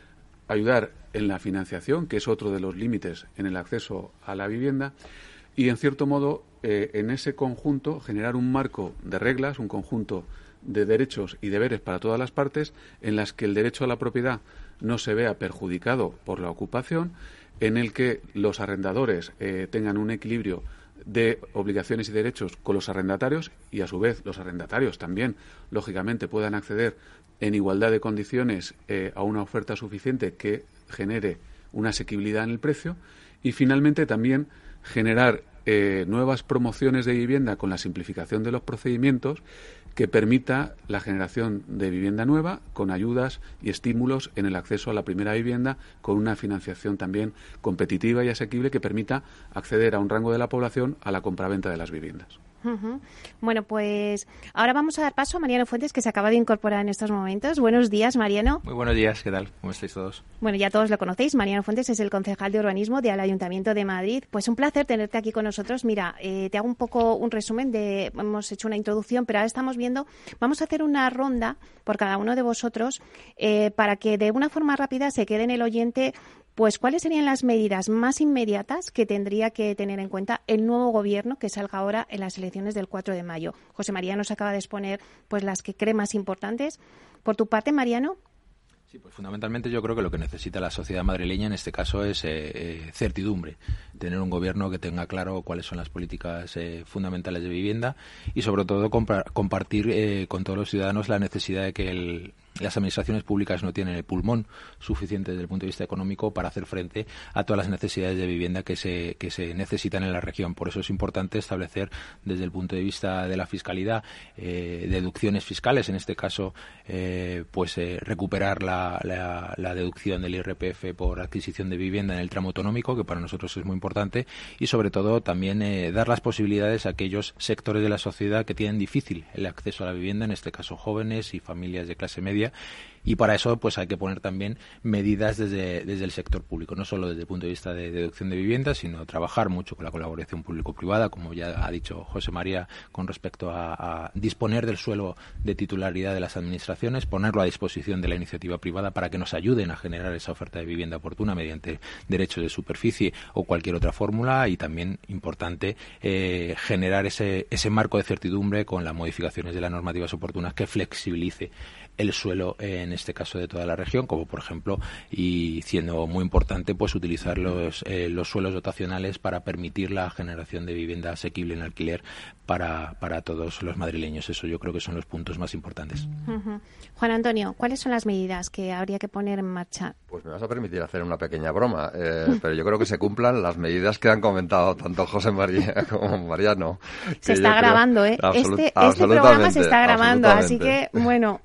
ayudar en la financiación, que es otro de los límites en el acceso a la vivienda, y, en cierto modo, eh, en ese conjunto generar un marco de reglas, un conjunto de derechos y deberes para todas las partes, en las que el derecho a la propiedad no se vea perjudicado por la ocupación, en el que los arrendadores eh, tengan un equilibrio de obligaciones y derechos con los arrendatarios y, a su vez, los arrendatarios también, lógicamente, puedan acceder en igualdad de condiciones eh, a una oferta suficiente que genere una asequibilidad en el precio y, finalmente, también generar eh, nuevas promociones de vivienda con la simplificación de los procedimientos que permita la generación de vivienda nueva con ayudas y estímulos en el acceso a la primera vivienda, con una financiación también competitiva y asequible que permita acceder a un rango de la población a la compraventa de las viviendas. Uh-huh. Bueno, pues ahora vamos a dar paso a Mariano Fuentes, que se acaba de incorporar en estos momentos. Buenos días, Mariano. Muy buenos días, ¿qué tal? ¿Cómo estáis todos? Bueno, ya todos lo conocéis. Mariano Fuentes es el concejal de urbanismo del Ayuntamiento de Madrid. Pues un placer tenerte aquí con nosotros. Mira, eh, te hago un poco un resumen de... Hemos hecho una introducción, pero ahora estamos viendo... Vamos a hacer una ronda por cada uno de vosotros eh, para que de una forma rápida se quede en el oyente... Pues, ¿cuáles serían las medidas más inmediatas que tendría que tener en cuenta el nuevo gobierno que salga ahora en las elecciones del cuatro de mayo? José María nos acaba de exponer pues las que cree más importantes. Por tu parte, Mariano. Sí, pues fundamentalmente yo creo que lo que necesita la sociedad madrileña en este caso es eh, eh, certidumbre, tener un gobierno que tenga claro cuáles son las políticas eh, fundamentales de vivienda y sobre todo compa- compartir eh, con todos los ciudadanos la necesidad de que el las administraciones públicas no tienen el pulmón suficiente desde el punto de vista económico para hacer frente a todas las necesidades de vivienda que se que se necesitan en la región. Por eso es importante establecer desde el punto de vista de la fiscalidad eh, deducciones fiscales, en este caso eh, pues eh, recuperar la, la, la deducción del I R P F por adquisición de vivienda en el tramo autonómico, que para nosotros es muy importante, y sobre todo también eh, dar las posibilidades a aquellos sectores de la sociedad que tienen difícil el acceso a la vivienda, en este caso jóvenes y familias de clase media. Y para eso pues hay que poner también medidas desde, desde el sector público, no solo desde el punto de vista de deducción de vivienda, sino trabajar mucho con la colaboración público-privada, como ya ha dicho José María, con respecto a, a disponer del suelo de titularidad de las administraciones, ponerlo a disposición de la iniciativa privada para que nos ayuden a generar esa oferta de vivienda oportuna mediante derechos de superficie o cualquier otra fórmula, y también importante eh, generar ese, ese marco de certidumbre con las modificaciones de las normativas oportunas que flexibilice el suelo en este caso de toda la región, como por ejemplo, y siendo muy importante, pues utilizar los, eh, los suelos dotacionales para permitir la generación de vivienda asequible en alquiler para, para todos los madrileños. Eso yo creo que son los puntos más importantes. Uh-huh. Juan Antonio, ¿cuáles son las medidas que habría que poner en marcha? Pues me vas a permitir hacer una pequeña broma, eh, pero yo creo que se cumplan las medidas que han comentado tanto José María como Mariano. Se está grabando, ¿eh? Absolut- este, este programa se está grabando, así que, bueno...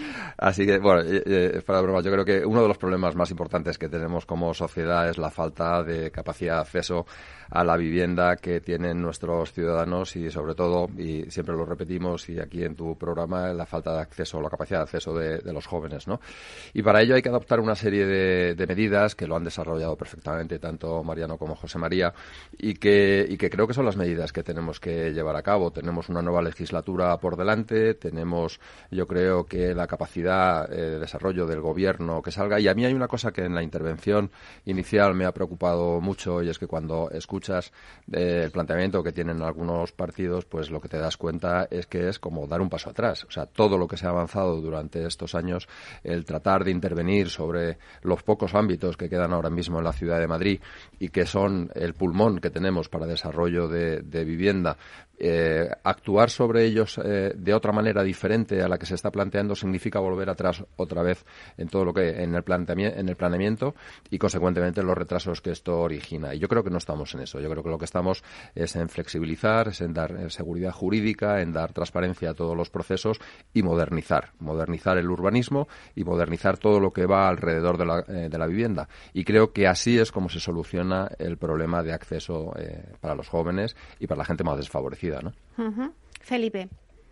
Así que, bueno, eh, eh, fuera de broma, yo creo que uno de los problemas más importantes que tenemos como sociedad es la falta de capacidad de acceso a la vivienda que tienen nuestros ciudadanos y, sobre todo, y siempre lo repetimos y aquí en tu programa, la falta de acceso, la capacidad de acceso de, de los jóvenes, ¿no? Y para ello hay que adoptar una serie de, de medidas que lo han desarrollado perfectamente tanto Mariano como José María y que, y que creo que son las medidas que tenemos que llevar a cabo. Tenemos una nueva legislatura por delante, tenemos, yo creo que la capacidad eh, de desarrollo del gobierno que salga, y a mí hay una cosa que en la intervención inicial me ha preocupado mucho, y es que cuando escuchas eh, el planteamiento que tienen algunos partidos, pues lo que te das cuenta es que es como dar un paso atrás. O sea, todo lo que se ha avanzado durante estos años, el tratar de intervenir sobre los pocos ámbitos que quedan ahora mismo en la ciudad de Madrid y que son el pulmón que tenemos para desarrollo de, de vivienda, Eh, actuar sobre ellos eh, de otra manera diferente a la que se está planteando significa volver atrás otra vez en todo lo que en el planteamiento, en el planeamiento y consecuentemente los retrasos que esto origina. Y yo creo que no estamos en eso. Yo creo que lo que estamos es en flexibilizar, es en dar eh, seguridad jurídica, en dar transparencia a todos los procesos y modernizar, modernizar el urbanismo y modernizar todo lo que va alrededor de la, eh, de la vivienda. Y creo que así es como se soluciona el problema de acceso eh, para los jóvenes y para la gente más desfavorecida, ¿no? Uh-huh. Felipe.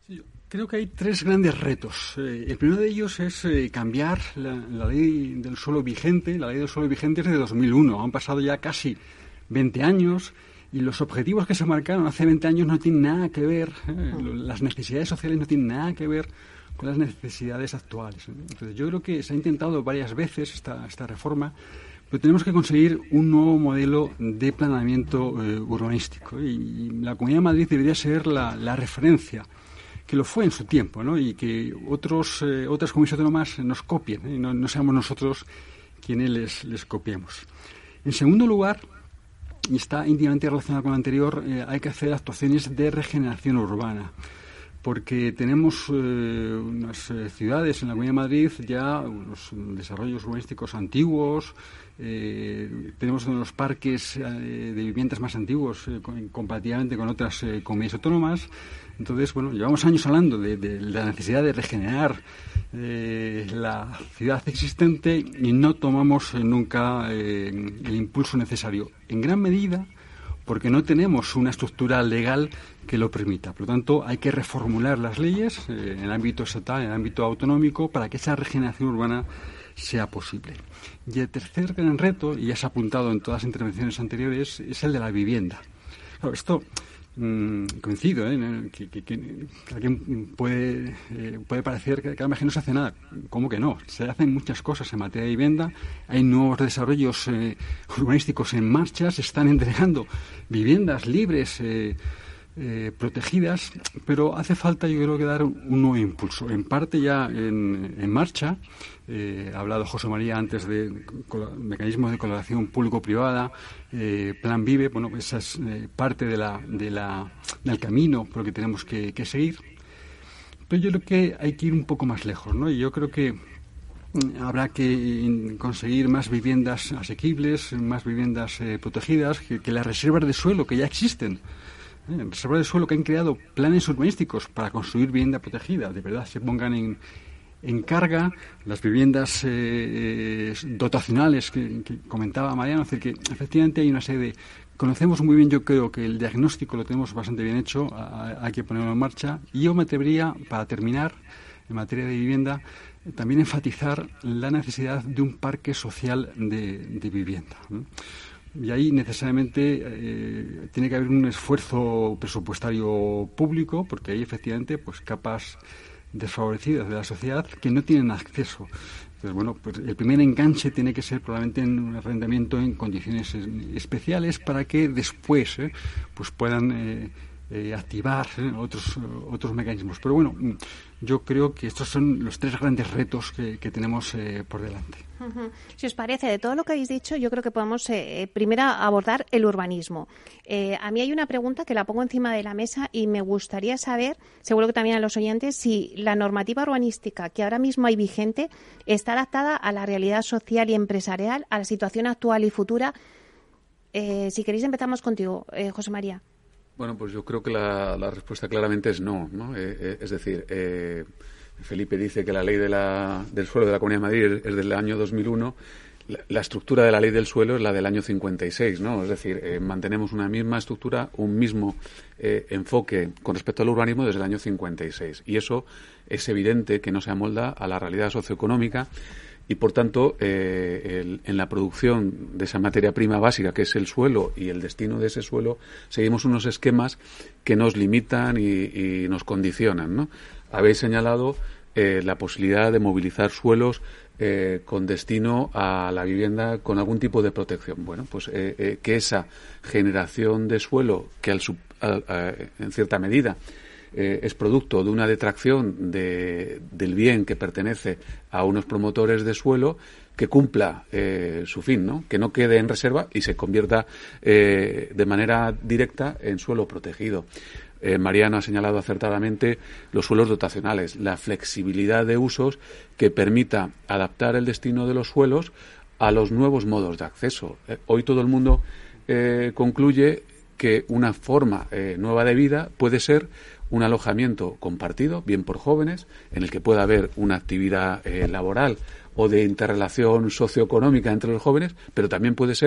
Creo que hay tres grandes retos. Eh, el primero de ellos es eh, cambiar la, la ley del suelo vigente. La ley del suelo vigente es de dos mil uno. Han pasado ya casi veinte años y los objetivos que se marcaron hace veinte años no tienen nada que ver. Eh, las necesidades sociales no tienen nada que ver con las necesidades actuales. Entonces, yo creo que se ha intentado varias veces esta, esta reforma, pero tenemos que conseguir un nuevo modelo de planeamiento eh, urbanístico. Y, y la Comunidad de Madrid debería ser la, la referencia, que lo fue en su tiempo, ¿no? Y que otros, eh, otras comunidades autónomas nos copien, ¿eh? y no, no seamos nosotros quienes les, les copiemos. En segundo lugar, y está íntimamente relacionado con lo anterior, eh, hay que hacer actuaciones de regeneración urbana, porque tenemos eh, unas eh, ciudades en la Comunidad de Madrid ya unos desarrollos urbanísticos antiguos, eh, tenemos uno de los parques eh, de viviendas más antiguos eh, con, comparativamente con otras eh, comunidades autónomas. Entonces, bueno, llevamos años hablando de, de la necesidad de regenerar eh, la ciudad existente y no tomamos eh, nunca eh, el impulso necesario. En gran medida porque no tenemos una estructura legal que lo permita. Por lo tanto, hay que reformular las leyes eh, en el ámbito estatal, en el ámbito autonómico, para que esa regeneración urbana sea posible. Y el tercer gran reto, y ya se ha apuntado en todas las intervenciones anteriores, es el de la vivienda. Claro, esto mmm, coincido, ¿eh? que, que, que alguien puede, eh, puede parecer que, que además que no se hace nada. ¿Cómo que no? Se hacen muchas cosas en materia de vivienda, hay nuevos desarrollos eh, urbanísticos en marcha, se están entregando viviendas libres, eh, eh, protegidas, pero hace falta, yo creo, que dar un, un nuevo impulso. En parte ya en, en marcha, eh, ha hablado José María antes de, de mecanismos de colaboración público-privada, eh, Plan Vive, bueno, esa es eh, parte de la, de la, del camino por el que tenemos que, que seguir. Pero yo creo que hay que ir un poco más lejos, ¿no? Y yo creo que habrá que conseguir más viviendas asequibles, más viviendas eh, protegidas, que, que las reservas de suelo que ya existen, eh, reservas de suelo que han creado planes urbanísticos para construir vivienda protegida, de verdad se pongan en, en carga. Las viviendas eh, dotacionales que, que comentaba Mariano, es decir, que efectivamente hay una serie de... Conocemos muy bien, yo creo que el diagnóstico lo tenemos bastante bien hecho, hay que ponerlo en marcha. Y yo me atrevería, para terminar, en materia de vivienda, también enfatizar la necesidad de un parque social de, de vivienda, ¿no? Y ahí necesariamente eh, tiene que haber un esfuerzo presupuestario público, porque hay efectivamente pues capas desfavorecidas de la sociedad que no tienen acceso. Entonces, bueno, pues el primer enganche tiene que ser probablemente en un arrendamiento en condiciones especiales para que después eh, pues puedan eh, eh, activar eh, otros otros mecanismos. Pero bueno, yo creo que estos son los tres grandes retos que, que tenemos eh, por delante. Uh-huh. Si os parece, de todo lo que habéis dicho, yo creo que podemos eh, primero abordar el urbanismo. Eh, a mí hay una pregunta que la pongo encima de la mesa y me gustaría saber, seguro que también a los oyentes, si la normativa urbanística que ahora mismo hay vigente está adaptada a la realidad social y empresarial, a la situación actual y futura. Eh, si queréis empezamos contigo, eh, José María. Bueno, pues yo creo que la, la respuesta claramente es no, ¿no? Eh, eh, es decir, eh, Felipe dice que la ley de la, del suelo de la Comunidad de Madrid es del año dos mil uno. La, la estructura de la ley del suelo es la del año cincuenta y seis, ¿no? Es decir, eh, mantenemos una misma estructura, un mismo eh, enfoque con respecto al urbanismo desde el año cincuenta y seis. Y eso es evidente que no se amolda a la realidad socioeconómica. Y, por tanto, eh, el, en la producción de esa materia prima básica, que es el suelo y el destino de ese suelo, seguimos unos esquemas que nos limitan y, y nos condicionan, ¿no? Habéis señalado eh, la posibilidad de movilizar suelos eh, con destino a la vivienda con algún tipo de protección. Bueno, pues eh, eh, que esa generación de suelo, que al sub, a, a, en cierta medida Eh, es producto de una detracción de, del bien que pertenece a unos promotores de suelo, que cumpla eh, su fin, ¿no? Que no quede en reserva y se convierta eh, de manera directa en suelo protegido. Eh, Mariano ha señalado acertadamente los suelos dotacionales, la flexibilidad de usos que permita adaptar el destino de los suelos a los nuevos modos de acceso. Eh, hoy todo el mundo eh, concluye que una forma eh, nueva de vida puede ser un alojamiento compartido, bien por jóvenes, en el que pueda haber una actividad eh, laboral o de interrelación socioeconómica entre los jóvenes, pero también puede ser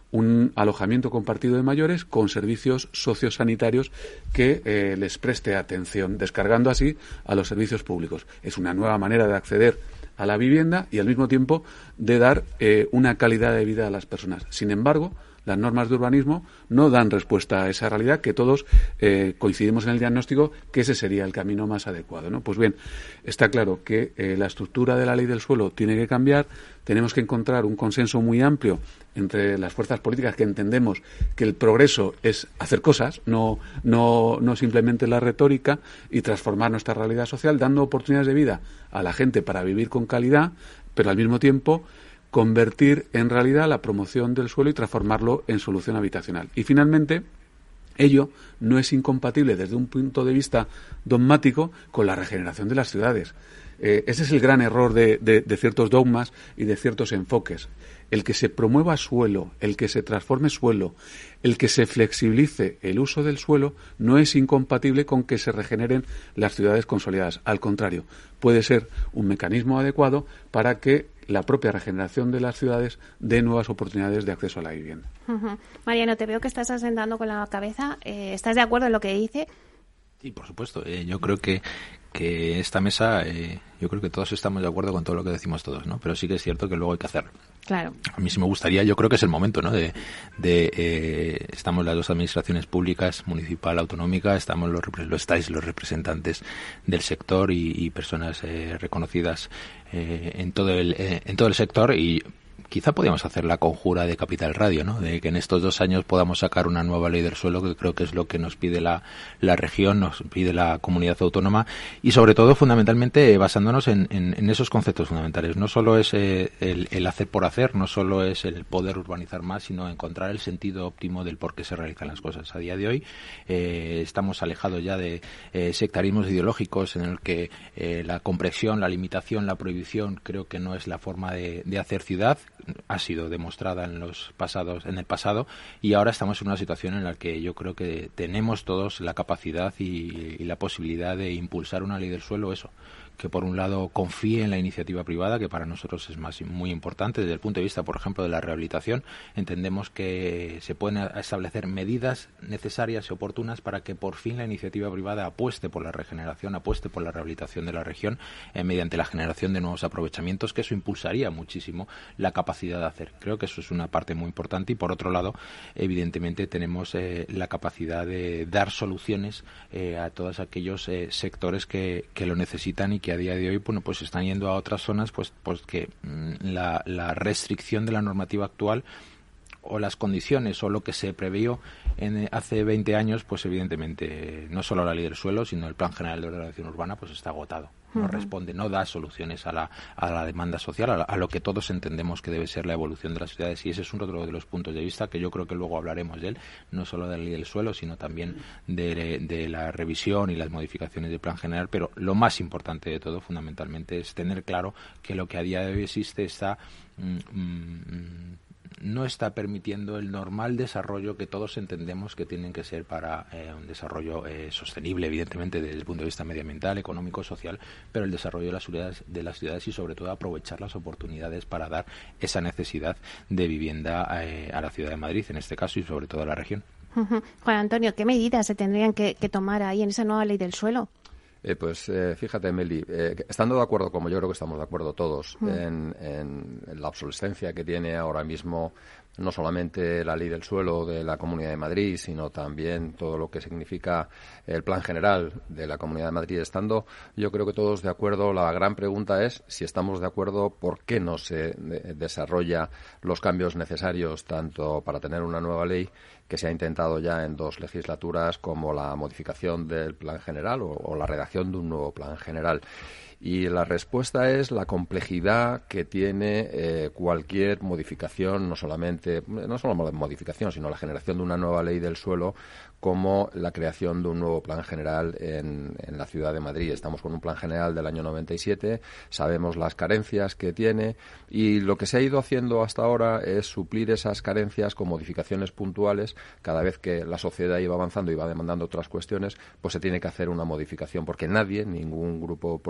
un alojamiento compartido de mayores con servicios sociosanitarios que eh, les preste atención, descargando así a los servicios públicos. Es una nueva manera de acceder a la vivienda y al mismo tiempo de dar eh, una calidad de vida a las personas. Sin embargo, las normas de urbanismo no dan respuesta a esa realidad, que todos eh, coincidimos en el diagnóstico que ese sería el camino más adecuado, ¿no? Pues bien, está claro que eh, la estructura de la ley del suelo tiene que cambiar. Tenemos que encontrar un consenso muy amplio entre las fuerzas políticas que entendemos que el progreso es hacer cosas, no, no, no simplemente la retórica, y transformar nuestra realidad social, dando oportunidades de vida a la gente para vivir con calidad, pero al mismo tiempo convertir en realidad la promoción del suelo y transformarlo en solución habitacional. Y finalmente, ello no es incompatible desde un punto de vista dogmático con la regeneración de las ciudades. Eh, ese es el gran error de, de, de ciertos dogmas y de ciertos enfoques. El que se promueva suelo, el que se transforme suelo, el que se flexibilice el uso del suelo no es incompatible con que se regeneren las ciudades consolidadas. Al contrario, puede ser un mecanismo adecuado para que la propia regeneración de las ciudades dé nuevas oportunidades de acceso a la vivienda. Uh-huh. Mariano, te veo que estás asentando con la cabeza. Eh, ¿Estás de acuerdo en lo que dice? Sí, por supuesto. Eh, yo creo que que esta mesa, eh, yo creo que todos estamos de acuerdo con todo lo que decimos todos, ¿no? Pero sí que es cierto que luego hay que hacerlo. Claro. A mí sí me gustaría, yo creo que es el momento, ¿no? De, de eh, estamos las dos administraciones públicas, municipal, autonómica, estamos los, lo estáis los representantes del sector y, y personas eh, reconocidas eh, en todo el eh, en todo el sector, y quizá podríamos hacer la conjura de Capital Radio, ¿no? De que en estos dos años podamos sacar una nueva ley del suelo, que creo que es lo que nos pide la, la región, nos pide la comunidad autónoma, y sobre todo, fundamentalmente, basándonos en, en, en esos conceptos fundamentales. No solo es eh, el, el hacer por hacer, no solo es el poder urbanizar más, sino encontrar el sentido óptimo del por qué se realizan las cosas. A día de hoy eh, estamos alejados ya de eh, sectarismos ideológicos en el que eh, la compresión, la limitación, la prohibición, creo que no es la forma de, de hacer ciudad. Ha sido demostrada en los pasados, en el pasado, y ahora estamos en una situación en la que yo creo que tenemos todos la capacidad y, y la posibilidad de impulsar una ley del suelo, eso, que por un lado confíe en la iniciativa privada, que para nosotros es más muy importante desde el punto de vista, por ejemplo, de la rehabilitación. Entendemos que se pueden establecer medidas necesarias y oportunas para que por fin la iniciativa privada apueste por la regeneración, apueste por la rehabilitación de la región eh, mediante la generación de nuevos aprovechamientos, que eso impulsaría muchísimo la capacidad de hacer. Creo que eso es una parte muy importante, y por otro lado, evidentemente tenemos eh, la capacidad de dar soluciones eh, a todos aquellos eh, sectores que, que lo necesitan y que a día de hoy, bueno, pues están yendo a otras zonas, pues, pues que mmm, la, la restricción de la normativa actual o las condiciones o lo que se previó en, hace veinte años, pues evidentemente no solo la ley del suelo, sino el Plan General de Ordenación Urbana, pues está agotado. No uh-huh. responde, no da soluciones a la, a la demanda social, a, la, a lo que todos entendemos que debe ser la evolución de las ciudades, y ese es otro de los puntos de vista que yo creo que luego hablaremos de él, no solo de la ley del suelo, sino también de, de la revisión y las modificaciones del Plan General. Pero lo más importante de todo, fundamentalmente, es tener claro que lo que a día de hoy existe está mm, mm, no está permitiendo el normal desarrollo que todos entendemos que tienen que ser para eh, un desarrollo eh, sostenible, evidentemente desde el punto de vista medioambiental, económico, social, pero el desarrollo de las ciudades, de las ciudades y sobre todo aprovechar las oportunidades para dar esa necesidad de vivienda eh, a la ciudad de Madrid, en este caso, y sobre todo a la región. Uh-huh. Juan Antonio, ¿qué medidas se tendrían que, que tomar ahí en esa nueva ley del suelo? Eh, pues eh, fíjate, Meli, eh, estando de acuerdo, como yo creo que estamos de acuerdo todos, mm. en, en, en la obsolescencia que tiene ahora mismo no solamente la ley del suelo de la Comunidad de Madrid, sino también todo lo que significa el Plan General de la Comunidad de Madrid, estando yo creo que todos de acuerdo, la gran pregunta es si estamos de acuerdo por qué no se de- desarrolla los cambios necesarios tanto para tener una nueva ley, que se ha intentado ya en dos legislaturas, como la modificación del Plan General o, o la redacción de un nuevo Plan General. Y la respuesta es la complejidad que tiene eh, cualquier modificación, no solamente, no solo modificación, sino la generación de una nueva ley del suelo, como la creación de un nuevo plan general en, en la ciudad de Madrid. Estamos con un plan general del año noventa y siete, sabemos las carencias que tiene, y lo que se ha ido haciendo hasta ahora es suplir esas carencias con modificaciones puntuales. Cada vez que la sociedad iba avanzando y va demandando otras cuestiones, pues se tiene que hacer una modificación, porque nadie, ningún grupo político,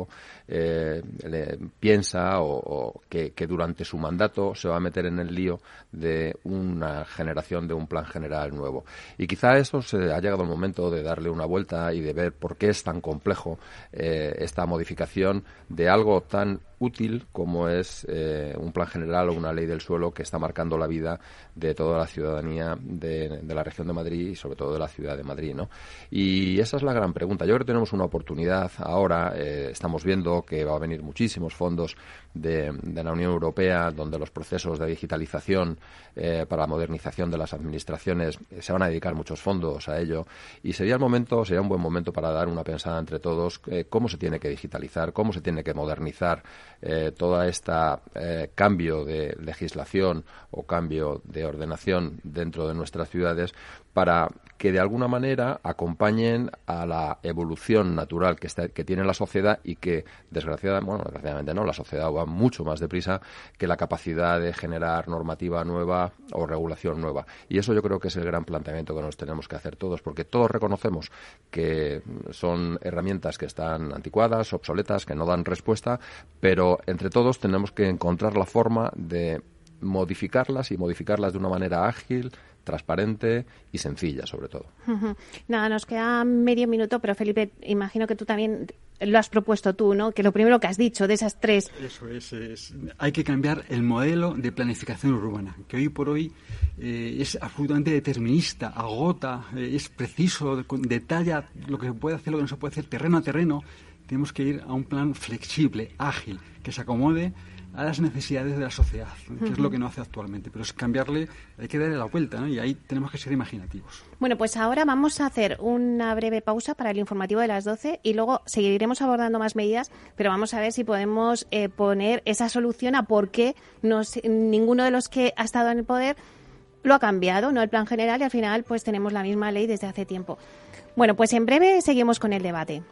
eh, le, piensa o, o que, que durante su mandato se va a meter en el lío de una generación de un plan general nuevo. Y quizá eso se ha llegado el momento de darle una vuelta y de ver por qué es tan complejo eh, esta modificación de algo tan útil como es eh, un plan general o una ley del suelo que está marcando la vida de toda la ciudadanía de, de la región de Madrid y sobre todo de la ciudad de Madrid, ¿no? Y esa es la gran pregunta. Yo creo que tenemos una oportunidad ahora. Eh, estamos viendo que va a venir muchísimos fondos de, de la Unión Europea donde los procesos de digitalización eh, para la modernización de las administraciones eh, se van a dedicar muchos fondos a ello y sería el momento, sería un buen momento para dar una pensada entre todos eh, cómo se tiene que digitalizar, cómo se tiene que modernizar Eh, toda esta eh, cambio de legislación o cambio de ordenación dentro de nuestras ciudades para que de alguna manera acompañen a la evolución natural que, está, que tiene la sociedad y que desgraciadamente, bueno, desgraciadamente no, la sociedad va mucho más deprisa que la capacidad de generar normativa nueva o regulación nueva. Y eso yo creo que es el gran planteamiento que nos tenemos que hacer todos, porque todos reconocemos que son herramientas que están anticuadas, obsoletas, que no dan respuesta, pero entre todos tenemos que encontrar la forma de modificarlas y modificarlas de una manera ágil, transparente y sencilla, sobre todo. Uh-huh. Nada, nos queda medio minuto, pero Felipe, imagino que tú también lo has propuesto tú, ¿no? Que lo primero que has dicho de esas tres... Eso es, es hay que cambiar el modelo de planificación urbana, que hoy por hoy eh, es absolutamente determinista, agota, eh, es preciso, detalla lo que se puede hacer, lo que no se puede hacer, terreno a terreno. Tenemos que ir a un plan flexible, ágil, que se acomode a las necesidades de la sociedad, que uh-huh. es lo que no hace actualmente. Pero es cambiarle, hay que darle la vuelta, ¿no? Y ahí tenemos que ser imaginativos. Bueno, pues ahora vamos a hacer una breve pausa para el informativo de las doce y luego seguiremos abordando más medidas, pero vamos a ver si podemos eh, poner esa solución a por qué no, ninguno de los que ha estado en el poder lo ha cambiado, ¿no? El plan general, y al final pues tenemos la misma ley desde hace tiempo. Bueno, pues en breve seguimos con el debate.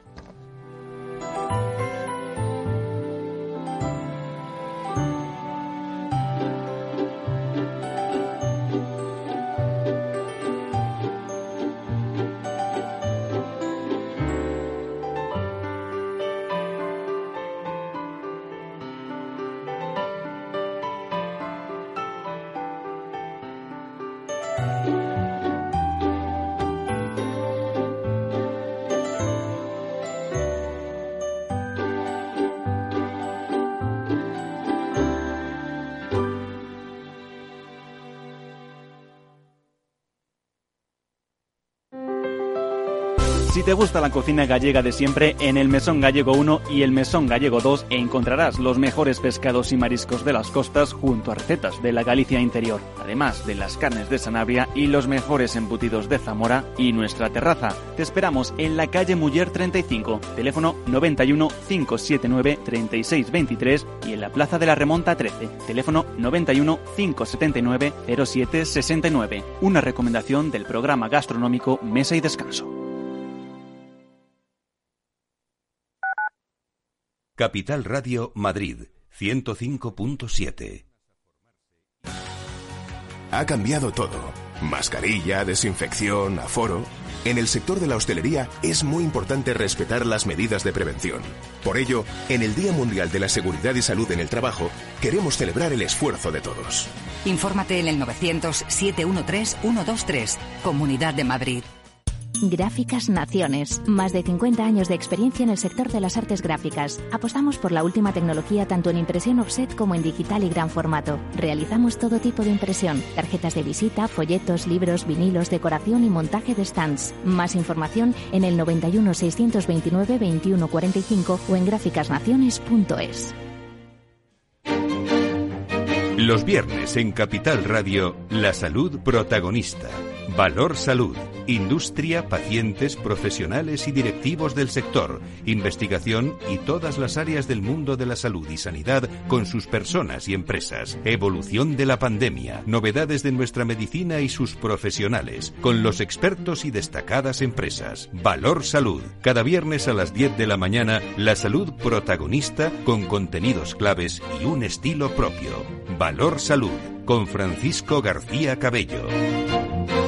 Si te gusta la cocina gallega de siempre, en el Mesón Gallego uno y el Mesón Gallego dos encontrarás los mejores pescados y mariscos de las costas junto a recetas de la Galicia interior, además de las carnes de Sanabria y los mejores embutidos de Zamora y nuestra terraza. Te esperamos en la calle Muller treinta y cinco, teléfono noventa y uno, cinco setenta y nueve, treinta y seis veintitrés y en la Plaza de la Remonta trece, teléfono noventa y uno, cinco setenta y nueve, cero siete sesenta y nueve. Una recomendación del programa gastronómico Mesa y Descanso. Capital Radio Madrid, ciento cinco punto siete. Ha cambiado todo. Mascarilla, desinfección, aforo. En el sector de la hostelería es muy importante respetar las medidas de prevención. Por ello, en el Día Mundial de la Seguridad y Salud en el Trabajo, queremos celebrar el esfuerzo de todos. Infórmate en el novecientos, setecientos trece, ciento veintitrés, Comunidad de Madrid. Gráficas Naciones. Más de cincuenta años de experiencia en el sector de las artes gráficas. Apostamos por la última tecnología tanto en impresión offset como en digital y gran formato. Realizamos todo tipo de impresión. Tarjetas de visita, folletos, libros, vinilos, decoración y montaje de stands. Más información en el noventa y uno, seiscientos veintinueve, veintiuno cuarenta y cinco o en gráficas naciones punto es. Los viernes en Capital Radio, la salud protagonista. Valor Salud. Industria, pacientes, profesionales y directivos del sector, investigación y todas las áreas del mundo de la salud y sanidad con sus personas y empresas. Evolución de la pandemia, novedades de nuestra medicina y sus profesionales, con los expertos y destacadas empresas. Valor Salud. Cada viernes a las diez de la mañana, la salud protagonista con contenidos claves y un estilo propio. Valor Salud, con Francisco García Cabello.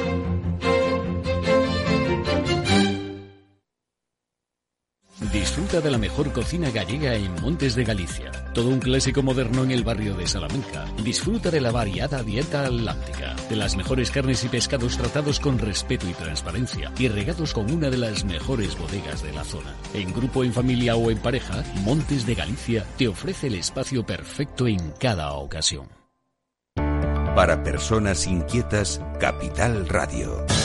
Disfruta Disfruta de la mejor cocina gallega en Montes de Galicia. Todo un clásico moderno en el barrio de Salamanca. Disfruta de la variada dieta atlántica, de las mejores carnes y pescados tratados con respeto y transparencia y regados con una de las mejores bodegas de la zona. En grupo, en familia o en pareja, Montes de Galicia te ofrece el espacio perfecto en cada ocasión. Para personas inquietas, Capital Radio.